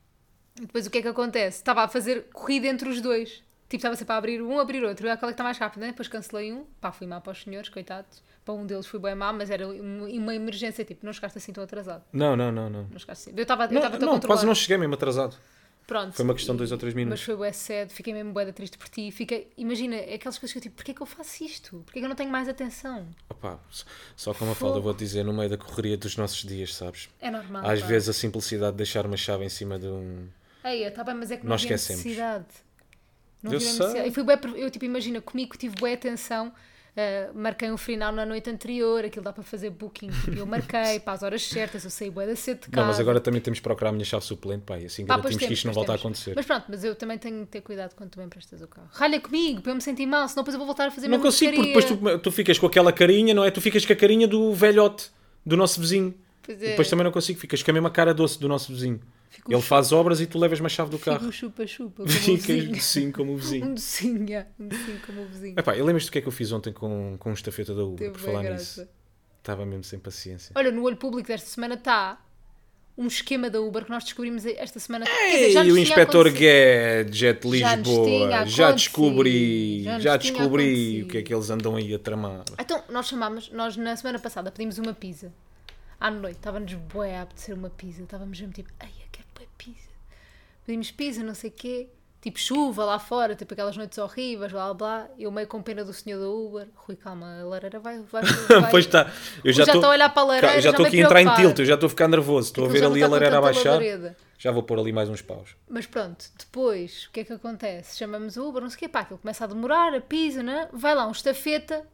E depois o que é que acontece? Estava a fazer corrida entre os dois. Tipo, estava sempre a abrir um, abrir outro. Aquela que está mais rápida, né? Depois cancelei um. Pá, fui má para os senhores, coitados. Para um deles fui bem má, mas era uma uma emergência. Tipo, não chegaste assim tão atrasado. Não, não, não, não. Não chegaste assim. Eu estava eu Não, estava a não, controlar. quase não cheguei mesmo atrasado. Pronto. Foi uma questão de dois ou três Mas minutos. foi bué cedo. Fiquei mesmo bué da triste por ti. Fiquei... Imagina, é aquelas coisas que eu tipo, porquê que eu faço isto? Porquê que eu não tenho mais atenção? Opa, só como a falda, vou-te dizer, no meio da correria dos nossos dias, sabes? É normal. Às pá. vezes a simplicidade de deixar uma chave em cima de um... Ei, está bem, mas é que não Nós havia esquecemos. necessidade. Não Eu havia sei. necessidade. E fui bué, eu tipo, imagina, comigo tive boa atenção, uh, marquei um final na noite anterior, aquilo dá para fazer booking, tipo, eu marquei para as horas certas, eu saí bué da cedo de casa. Não, mas agora também temos de procurar a minha chave suplente, pá, e assim Pá, pois garantimos que temos, isto não pois volta a temos. acontecer. Mas pronto, mas eu também tenho de ter cuidado quando tu me emprestas o carro. Ralha comigo, para eu me sentir mal, senão depois eu vou voltar a fazer a Não mesma consigo, porque porcaria. depois tu, tu ficas com aquela carinha, não é? Tu ficas com a carinha do velhote, do nosso vizinho. Pois E é. depois também não consigo, ficas com a mesma cara doce do nosso vizinho. Fico Ele chu- faz obras e tu levas uma chave do Fico carro. um chupa-chupa, como o vizinho. Ficas sim como o vizinho. Um docinho, yeah, um docinho como o vizinho. Epá, e lembras-te do que é que eu fiz ontem com, com um estafeta da Uber, Teve por bué falar graça. nisso? Estava mesmo sem paciência. Olha, no olho público desta semana está um esquema da Uber que nós descobrimos esta semana. Ei, já nos o tinha Inspector acontecido. Gadget de Já nos Lisboa, tinha já acontecido. descobri, Já nos já tinha descobri acontecido. o que é que eles andam aí a tramar. Então, nós chamámos, nós na semana passada pedimos uma pizza. À noite, estava-nos bué a apetecer uma pizza. Estávamos mesmo tipo, ai, eu quero bué pizza. Pedimos pizza, não sei o quê. tipo chuva lá fora, tipo aquelas noites horríveis, blá blá blá. Eu meio com pena do senhor da Uber. Rui, calma, a lareira vai. vai, vai. Pois está. Eu já já estou estou a olhar para a lareira, já já estou me aqui a entrar em preocupar. tilt, eu já estou a ficar nervoso. Estou a Aquilo ver já ali não a está com lareira a tanta baixar. labareda. Já vou pôr ali mais uns paus. Mas pronto, depois, o que é que acontece? Chamamos o Uber, não sei o quê, pá, aquilo começa a demorar, a pisa, né? Vai lá um estafeta,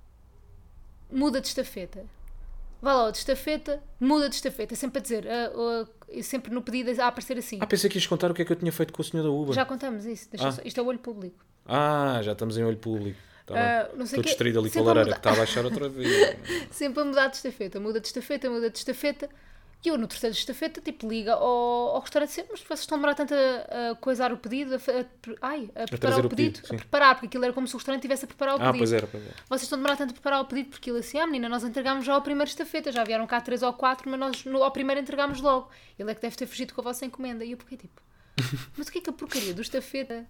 muda de estafeta. Vai lá o de estafeta, muda de estafeta. Sempre a dizer, ah, ah, sempre no pedido a aparecer assim. Ah, pensei que ias contar o que é que eu tinha feito com o senhor da Uber. Já contamos isso, deixa Ah. só- isto é o olho público. Ah, já estamos em olho público. Tá Ah, bem. não sei Estou quê. distraído ali com a Sempre a lareira mudar. que está a baixar outra vez. Sempre a mudar de estafeta, muda de estafeta, muda de estafeta. E eu no terceiro de estafeta, tipo, liga ao, ao restaurante sempre, mas vocês estão a demorar tanto a, a coisar o pedido, a, fa- a pre- ai, a preparar trazer o o pedido, pedido, a sim. preparar, porque aquilo era como se o restaurante estivesse a preparar o Ah, pedido. pois era, pois era. Vocês estão a demorar tanto a preparar o pedido porque ele assim, ah menina, nós entregámos já ao primeiro estafeta, já vieram cá três ou quatro, mas nós no, ao primeiro entregámos logo. Ele é que deve ter fugido com a vossa encomenda. E eu fiquei tipo, mas o que é que a porcaria do estafeta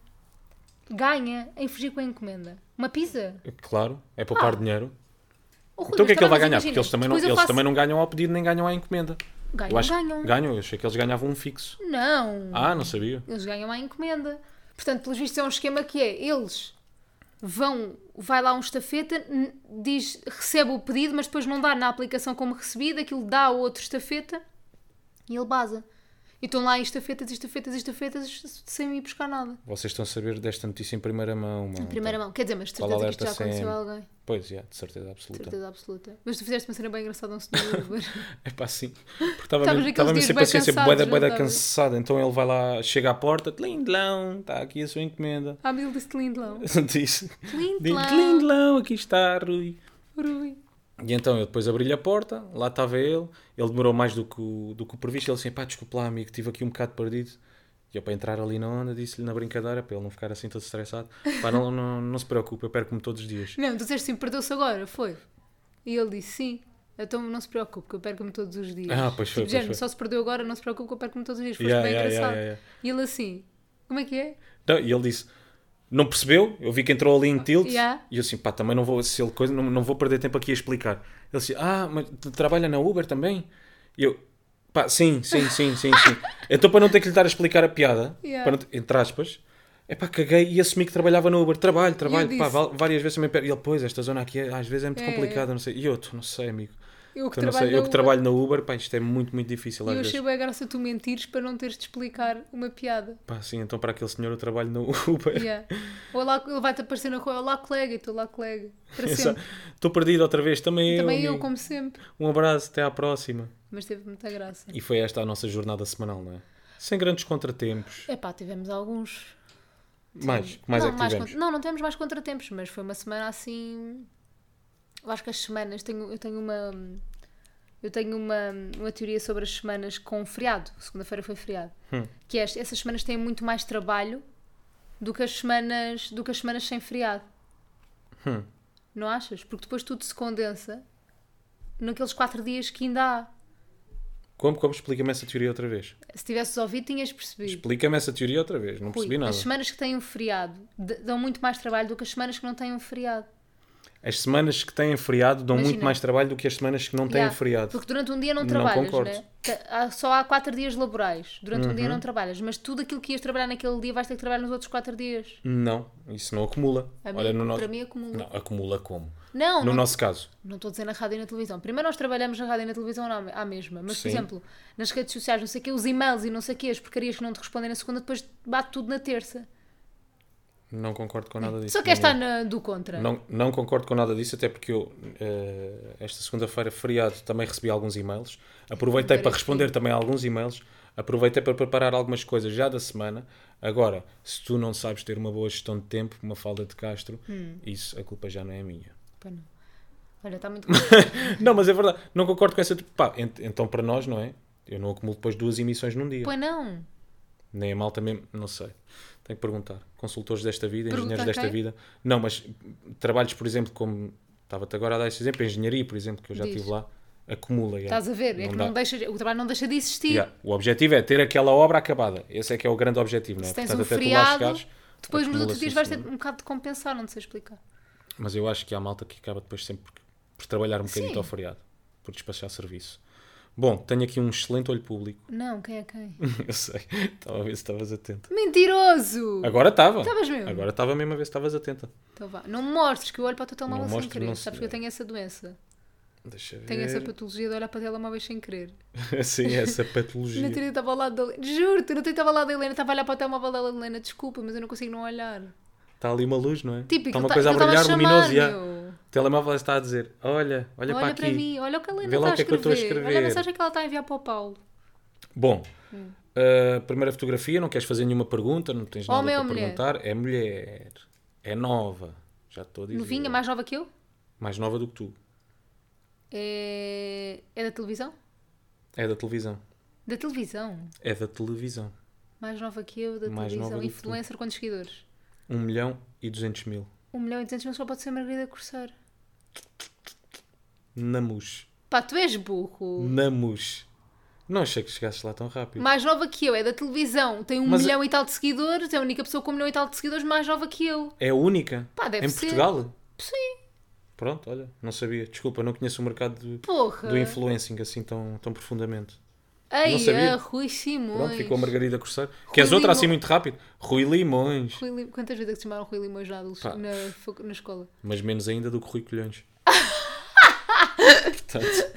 ganha em fugir com a encomenda? Uma pizza? Claro, é poupar Ah. dinheiro. Oh, Rui, Então o que é mas que ele vai também, ganhar? mas Porque eles imagina, também não, depois eu eles faço- também não ganham ao pedido nem ganham à encomenda. Ganham, eu acho ganham. Ganham, eu achei que eles ganhavam um fixo. Não. Ah, não sabia. Eles ganham à encomenda. Portanto, pelos vistos é um esquema que é, eles vão, vai lá um estafeta, n- diz, recebe o pedido, mas depois não dá na aplicação como recebido, aquilo dá ao outro estafeta e ele baza. E estão lá em estafetas, estafetas, estafetas, sem me ir buscar nada. Vocês estão a saber desta notícia em primeira mão. Em primeira mão. Quer dizer, mas de Qual certeza que isto já alerta aconteceu a sempre? alguém. Pois, já, de certeza absoluta. Certeza absoluta. Mas tu fizeste uma cena bem engraçada a um senhor Uber. É pá, sim. Porque estava Estavas mesmo- naqueles estava mesmo dias sem bué paciência, cansados, boeda, não boeda estavas? cansada. Então ele vai lá, chega à porta, Tlindlão, está aqui a sua encomenda. Ah, mas ele disse lindlão. Disse, Lindlão. Tlindlão, aqui está, Rui. Rui. E então eu depois abri-lhe a porta, lá estava ele, ele demorou mais do que o, do que o previsto, ele assim, pá, desculpa lá amigo, estive aqui um bocado perdido. E eu para entrar ali na onda disse-lhe na brincadeira, para ele não ficar assim todo estressado, pá, não, não, não se preocupe, eu perco-me todos os dias. Não, tu disseste assim, perdeu-se agora, foi? E ele disse, sim. Então não se preocupe, que eu perco-me todos os dias. Ah, pois foi, Tipo, pois género, foi. só se perdeu agora, não se preocupe, que eu perco-me todos os dias. Foste Yeah, bem yeah, engraçado. yeah, yeah, E ele assim, como é que é? Não, e ele disse, não percebeu, eu vi que entrou ali em tilt, Yeah. e eu assim, pá, também não vou, se ele coisa, não, não vou perder tempo aqui a explicar. Ele disse, ah, mas tu trabalha na Uber também? E eu, pá, sim, sim, sim, sim, sim. Então para não ter que lhe estar a explicar a piada, Yeah. para não ter- entre aspas, é pá, caguei e assumi que trabalhava na Uber, trabalho, trabalho, eu pá, disse- val- várias vezes também, per- e ele, pois, esta zona aqui é- às vezes é muito É, complicada, não sei, e eu, tu não sei, amigo. Eu que Tu não trabalho sei, na eu que Uber. trabalho na Uber, pá, isto é muito, muito difícil E às eu vezes. achei bem graça tu mentires para não teres de explicar uma piada. Pá, sim, então para aquele senhor eu trabalho na Uber. Yeah. Olá, ele vai-te aparecer na rua, olá colega, e tu olá colega. Para sempre. Estou perdido outra vez, também eu, Também eu, amigo. como sempre. Um abraço, até à próxima. Mas teve muita graça. E foi esta a nossa jornada semanal, não é? Sem grandes contratempos. Epá, tivemos alguns. Mais, mais não, é que mais tivemos. contra- Não, não tivemos mais contratempos, mas foi uma semana assim. Eu acho que as semanas. Tenho, eu tenho uma. Eu tenho uma, uma teoria sobre as semanas com feriado. Segunda-feira foi feriado. Hum. Que é, essas semanas têm muito mais trabalho do que as semanas, do que as semanas sem feriado. Hum. Não achas? Porque depois tudo se condensa naqueles quatro dias que ainda há. Como, como? Explica-me essa teoria outra vez. Se tivesses ouvido, tinhas percebido. Explica-me essa teoria outra vez. Não Rui, percebi nada. as semanas que têm um feriado d- dão muito mais trabalho do que as semanas que não têm um feriado. As semanas que têm feriado dão Imagina. muito mais trabalho do que as semanas que não têm Yeah, feriado. Porque durante um dia não Não trabalhas, concordo. né? Tá- há- Só há quatro dias laborais. Durante um dia Uhum. não trabalhas, mas tudo aquilo que ias trabalhar naquele dia vais ter que trabalhar nos outros quatro dias. Não, isso não acumula. A mim- Olha, no nosso... Para mim acumula. Não, acumula como? Não, No não, nosso caso. não estou a dizer na rádio e na televisão. Primeiro nós trabalhamos na rádio e na televisão à à mesma, mas por Sim. exemplo, nas redes sociais, não sei o quê, os e-mails e não sei o quê, as porcarias que não te respondem na segunda, depois bate tudo na terça. Não concordo com nada disso. Só quer Daniel. estar na, do contra. Não, não concordo com nada disso, até porque eu, eh, esta segunda-feira, feriado, também recebi alguns e-mails. Aproveitei para Parece responder que- também a alguns e-mails. Aproveitei para preparar algumas coisas já da semana. Agora, se tu não sabes ter uma boa gestão de tempo, uma falda de Castro, Hum. isso, a culpa já não é minha. Pá, não. Olha, está muito. Não, mas é verdade. Não concordo com essa... Pá, ent- então para nós, não é? Eu não acumulo depois duas emissões num dia. Pois não. Nem a malta mesmo, não sei. Tenho que perguntar. Consultores desta vida, Pergunta engenheiros a desta quem? vida. Não, mas trabalhos, por exemplo, como estava-te agora a dar esse exemplo, a engenharia, por exemplo, que eu já Diz. estive lá, acumula. já. Estás a ver? É que dá. não deixa, o trabalho não deixa de existir. Yeah. O objetivo é ter aquela obra acabada. Esse é que é o grande objetivo, não é? Se tens Portanto, um até tu lá feriado, chegares, depois nos outros acumula-se dias isso, vais ter não é? um bocado de compensar, não te sei explicar. Mas eu acho que há malta que acaba depois sempre por, por trabalhar um bocadinho Sim. ao feriado, por despachar serviço. Bom, tenho aqui um excelente olho público. Não, quem é quem? Eu sei. Estava a ver se estavas atenta. Mentiroso! Agora estava. Estavas mesmo? Agora estava mesmo a ver se estavas atenta. Então vá. Não me mostres que eu olho para o teu telemóvel Não sem mostro, querer. não se Sabes que eu vê. tenho essa doença. Deixa ver. Tenho essa patologia de olhar para telemóveis sem querer. Sim, essa Na patologia. teoria estava ao lado da Helena. Juro-te, não estava ao lado da Helena. Estava a olhar para o telemóvel da Helena. Desculpa, mas eu não consigo não olhar. Está ali uma luz, não é? Tipo, Está aquilo uma tá- coisa a aquilo brilhar, estava chamar, luminoso. já. meu. O telemóvel está a dizer, olha, olha, Olha para para, aqui. mim, olha o que a Helena Vê lá está o que é que eu estou a escrever. Olha a mensagem que ela está a enviar para o Paulo. Bom, Hum. a primeira fotografia, não queres fazer nenhuma pergunta, não tens nada Homem para ou mulher? perguntar. É mulher. É nova. Já estou a dizer. Novinha, mais nova que eu? Mais nova do que tu. É... é da televisão? É da televisão. Da televisão? É da televisão. Mais nova que eu, da Mais televisão. nova do que tu. Influencer, quantos seguidores? um milhão e duzentos mil. um milhão e duzentos mil só pode ser Margarida Corseiro. Namus. Pá, tu és burro. Namus. Não achei que chegasses lá tão rápido. Mais nova que eu, é da televisão. Tem um Mas- milhão e tal de seguidores. É a única pessoa com um milhão e tal de seguidores mais nova que eu. É a única? Pá, deve em ser. Portugal? Sim. Pronto, olha, não sabia. Desculpa, não conheço o mercado do, Porra. do influencing assim tão, tão profundamente. Ei, Não sabia. a Rui Simões. Pronto, ficou a Margarida Corseiro. Queres outra Limões. assim muito rápido? Rui Limões. Rui Lim- Quantas vezes é que se chamaram Rui Limões na, adolesc- Pá. na, facu- na escola? Mas menos ainda do que Rui Colhões. Portanto,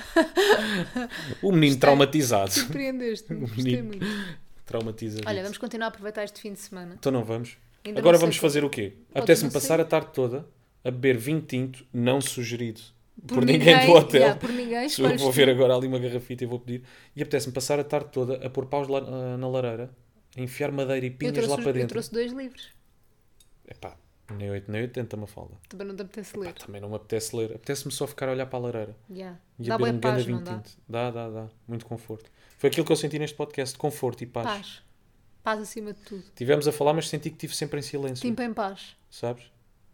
o menino traumatizado. Surpreendeste-me. Gostei menino. muito. Traumatizado. Olha, vamos continuar a aproveitar este fim de semana. Então não vamos. Ainda Agora não sei vamos como. fazer o quê? Podes Apetece-me não passar sei. a tarde toda a beber vinho tinto não sugerido por, Por ninguém, ninguém, do hotel. yeah, por ninguém, Se eu escolhes vou tu. ver agora ali uma garrafita e vou pedir. E apetece-me passar a tarde toda a pôr paus lá, ah, na lareira, a enfiar madeira e Eu pinhas trouxe, lá os- para eu dentro. trouxe dois livros. Epá, nem oito nem oitenta, Mafalda. Também não te apetece Pá, ler. também não me apetece ler. Apetece-me só ficar a olhar para a lareira. Yeah. E Dá a beber bem um grande paz, vinho não dá? tinto. Dá, dá, dá. Muito conforto. Foi aquilo que eu senti neste podcast. Conforto e paz. Paz. Paz acima de tudo. Tivemos a falar, mas senti que estive sempre em silêncio. Tempo em paz. Sabes?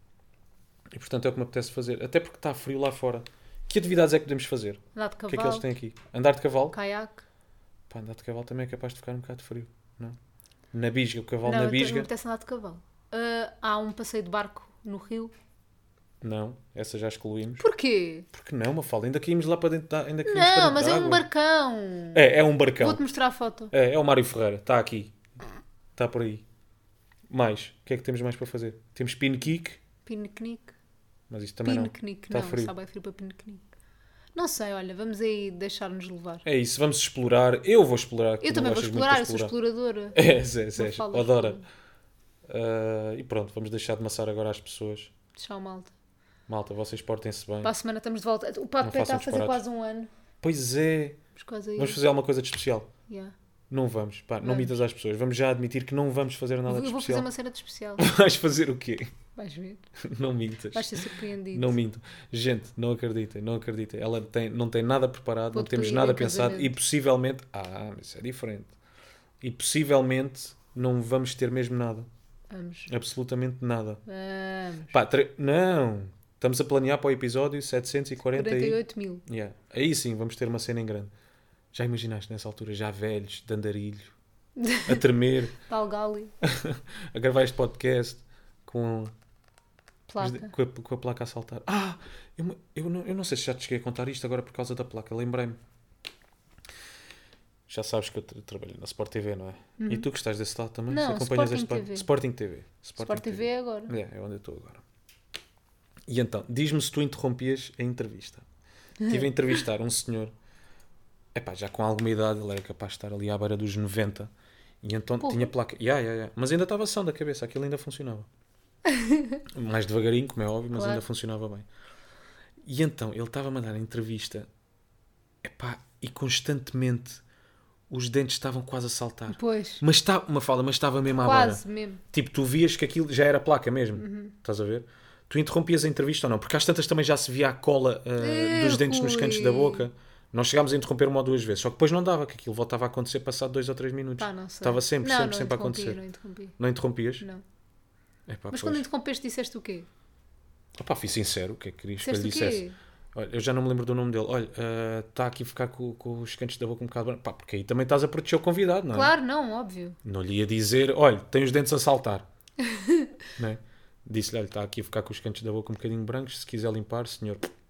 E portanto é o que me apetece fazer. Até porque está frio lá fora. Que atividades é que podemos fazer? Andar de O cavalo. que é que eles têm aqui? Andar de cavalo? Caiaque. Pá, andar de cavalo também é capaz de ficar um bocado frio. Não? Na bisga, o cavalo Não, na eu te- não me bisga. apetece andar de cavalo. Ah, há um passeio de barco no rio. Não, essa já excluímos. Porquê? Porque não, Mafalda? Ainda caímos lá para dentro da, ainda caímos para Não, dentro mas da é um água. barcão. É, é um barcão. Vou-te mostrar a foto. É, é o Mário Ferreira. Está aqui. Está por aí. Mais. O que é que temos mais para fazer? Temos pinequique. Piquenique. Mas isto também não. Piquenique. Está Não, frio. sabe é frio para piquenique. Não sei, olha, vamos aí deixar-nos levar. É isso, vamos explorar. Eu vou explorar. tu Eu não também vou gostas muito explorar, de eu sou exploradora. É, Zé, Zé, Não falas adora. tudo. Ah, e pronto, vamos deixar de maçar agora às pessoas. Tchau, malta. Malta, vocês portem-se bem. Para a semana estamos de volta. O Papo Não Pé está façam a fazer disparates. quase um ano. Pois é. Mas quase aí. Vamos fazer alguma coisa de especial. Yeah. Não vamos. Pá, não Vamos. mintas às pessoas. Vamos já admitir que não vamos fazer nada Eu de vou fazer especial. uma cena de especial. Vais fazer o quê? Vais ver. Não mintas. Vais ser surpreendido. Não minto. Gente, não acreditem, não acreditem. Ela tem, não tem nada preparado, não Vou-te temos pedir nada em pensado e casamento. possivelmente. Ah, mas isso é diferente. E possivelmente não vamos ter mesmo nada. Vamos. Absolutamente nada. Vamos. Pá, tre- não! Estamos a planear para o episódio setecentos e quarenta quarenta e e... oito mil. Yeah. Aí sim, vamos ter uma cena em grande. Já imaginaste nessa altura, já velhos, de andarilho, a tremer, Talgali. a gravar este podcast com, Placa. com, a, com a placa a saltar. Ah! Eu, me- eu, não, eu não sei se já te cheguei a contar isto agora por causa da placa, lembrei-me. Já sabes que eu tra- trabalho na Sport T V, não é? E tu que estás desse lado também? Uhum. Não, Se acompanhas Sporting este pa- T V. Sporting T V. Sport T V é agora. É, é onde eu estou agora. E então, diz-me se tu interrompias a entrevista. Estive a entrevistar um senhor, epá, já com alguma idade, ele era capaz de estar ali à beira dos noventa, e então Porra. tinha placa. Yeah, yeah, yeah. Mas ainda estava são da cabeça, aquilo ainda funcionava. Mais devagarinho, como é óbvio, mas Claro. ainda funcionava bem. E então, ele estava-me a dar a entrevista, epá, e constantemente os dentes estavam quase a saltar. Pois. Mas estava, uma fala, mas estava mesmo à beira. Quase mesmo. Tipo, tu vias que aquilo já era placa mesmo. Uhum. Estás a ver? Tu interrompias a entrevista ou não? Porque às tantas também já se via a cola uh, Eh, dos dentes nos Rui. cantos da boca. Nós chegámos a interromper uma ou duas vezes. Só que depois não dava, que aquilo voltava a acontecer passado dois ou três minutos. Pá, não sei. Estava sempre, não, sempre, não sempre a interrompi, acontecer. Não interrompi. Não interrompias? Não. Epá, Mas pois. quando interrompeste disseste o quê? Opá, fui sincero. O que é que querias que eu lhe Disseste o dissesse? quê? Olha, eu já não me lembro do nome dele. Olha, está aqui a ficar com, com os cantos da boca um bocado branco. Pá, porque aí também estás a proteger o convidado, não é? Claro, não, óbvio. Não lhe ia dizer, olha, tem os dentes a saltar. Não é? Disse-lhe, olha, está aqui a ficar com os cantos da boca um bocadinho brancos, se quiser limpar, senhor,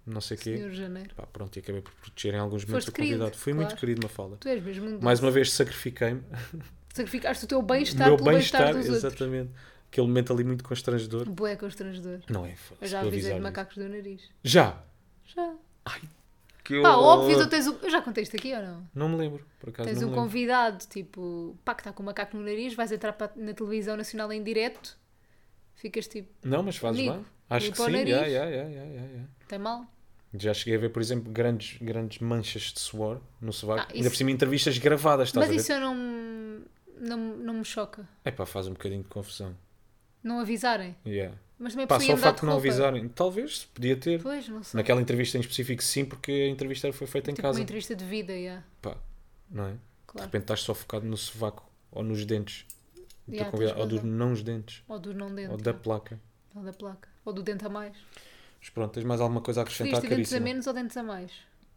não sei o quê. Senhor Janeiro. Pá, pronto, e acabei por proteger em alguns momentos Foste o convidado. querido, Fui muito claro. querido, Mafalda. Tu és mesmo um Mais doce. uma vez sacrifiquei-me. Sacrificaste o teu O bem-estar meu pelo bem-estar bem-estar, dos outros. exatamente. Aquele momento ali muito constrangedor. Bué constrangedor. Não é fácil. Eu já tu avisei de avisares macacos do nariz. isso. Já? Já. Que Pá, horror. óbvio, tu tens um... Eu já contei isto aqui ou não? Não me lembro, por acaso Tens não um me lembro. convidado, tipo, pá, que está com um macaco no nariz, vais entrar para- na televisão nacional em direto, ficas tipo, Não, mas fazes Amigo, bem. Acho limpa que o sim. nariz. Já, já, já, já, já, já. tem mal? Já cheguei a ver, por exemplo, grandes, grandes manchas de suor no sovaco. Ah, Ainda isso- por cima entrevistas gravadas, estás Mas a ver? isso eu não, não, não me choca. É pá, faz um bocadinho de confusão. Não avisarem. Yeah. Mas também Pá, podia só o mudar facto de de não roupa. avisarem. Talvez, podia ter. Pois, não sei. Naquela entrevista em específico sim, porque a entrevista foi feita em Tipo casa. uma entrevista de vida, yeah. Pá, não é? De Claro. repente estás só focado no sovaco ou nos dentes. do Yeah, teu convidado, tens ou dos razão. não os dentes. Ou do não dente. Ou da yeah. placa. Ou da placa. Ou do dente a mais. Mas pronto, tens mais alguma coisa a acrescentar, Preferias ter dentes a caríssima? menos ou dentes a mais?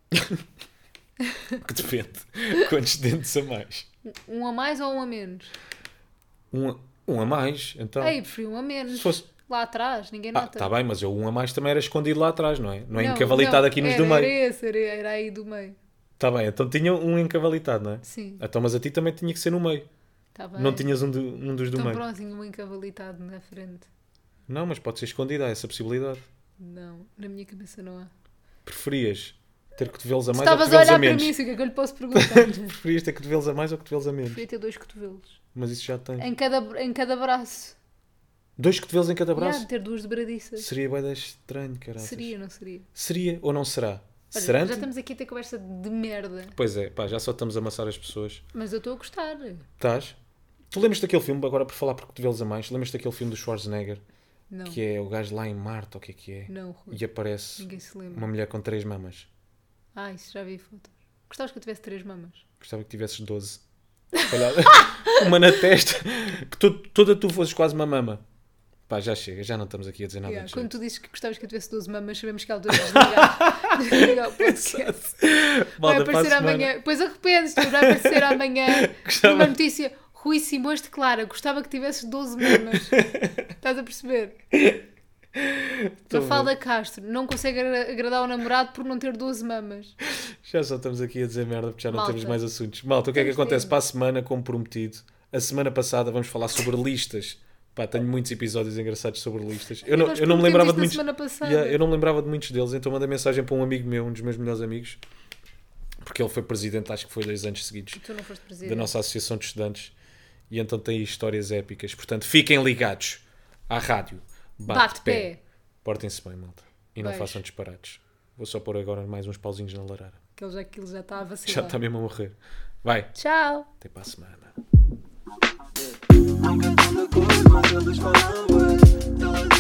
Que depende. Quantos dentes a mais? Um a mais ou um a menos? Um a, um a mais, então. Ei, preferi um a menos. Se fosse... Lá atrás, ninguém Ah, nota. está bem, mas eu um a mais também era escondido lá atrás, não é? Não é encavalitado aqui nos era, do meio. Era esse, era, era aí do meio. Está bem, então tinha um encavalitado, não é? Sim, Então, mas a ti também tinha que ser no meio. está bem. Não tinhas um, do- um dos do Tão meio. próximo, um encavalitado na frente. Não, mas pode ser escondido, há essa possibilidade. Não, na minha cabeça não há. Preferias ter cotovelos a mais ou Estavas a cotovelos a, olhar para menos? mim, isso é que eu lhe posso perguntar. Preferias ter cotovelos a mais ou cotovelos a menos? Preferia ter dois cotovelos. Mas isso já tens. Em cada, em cada braço. Dois cotovelos em cada braço? Yeah, ter duas dobradiças. Seria bem estranho, caralho. Seria, não seria? Seria ou não será? Olha, Será? já estamos aqui a ter conversa de merda. Pois é, pá, já só estamos a amassar as pessoas. Mas eu estou a gostar. Estás? Tu lembras daquele filme, agora por falar por cotovelos a mais, lembras daquele filme do Schwarzenegger? Não, Que é o gajo lá em Marte, ou o que é que é? não, Rui. E aparece Ninguém se lembra. uma mulher com três mamas. Ah, isso já vi fotos. Gostavas que eu tivesse três mamas? Gostava que tivesses doze. Olha, uma na testa, que tu, toda tu fosses quase uma mama. Pá, já chega, já não estamos aqui a dizer nada Yeah, de quando jeito. tu dizes que gostavas que eu tivesse doze mamas, sabemos que há altura de desligar, desligar o podcast. Vai Malta, para a aparecer semana. amanhã. Depois arrependes-te, vai aparecer amanhã Gostava- uma notícia. Rui Simões declara, gostava que tivesses doze mamas. Estás a perceber? Tô a Mafalda Castro não consegue agra- agradar ao namorado por não ter doze mamas. Já só estamos aqui a dizer merda porque já não Malta. temos mais assuntos. Malta, o que é que Temos acontece tempo. para a semana, como prometido? A semana passada vamos falar sobre listas. Pá, tenho muitos episódios engraçados sobre listas. Eu não, Nós eu não me prometemos lembrava isto de na muitos. semana passada. Yeah, eu não me lembrava de muitos deles, então mandei mensagem para um amigo meu, um dos meus melhores amigos, porque ele foi presidente, acho que foi dois anos seguidos, Tu não foste presidente. da nossa associação de estudantes, e então tem aí histórias épicas. Portanto, fiquem ligados à rádio. Bate, Bate pé. pé. Portem-se bem, malta. E não Beijo. façam disparates. Vou só pôr agora mais uns pauzinhos na lareira. Que ele já, que ele já está a Já vacilar. está mesmo a morrer. Vai, Tchau. até para a semana. Nunca tão de cor, mas eles falam bué. Ela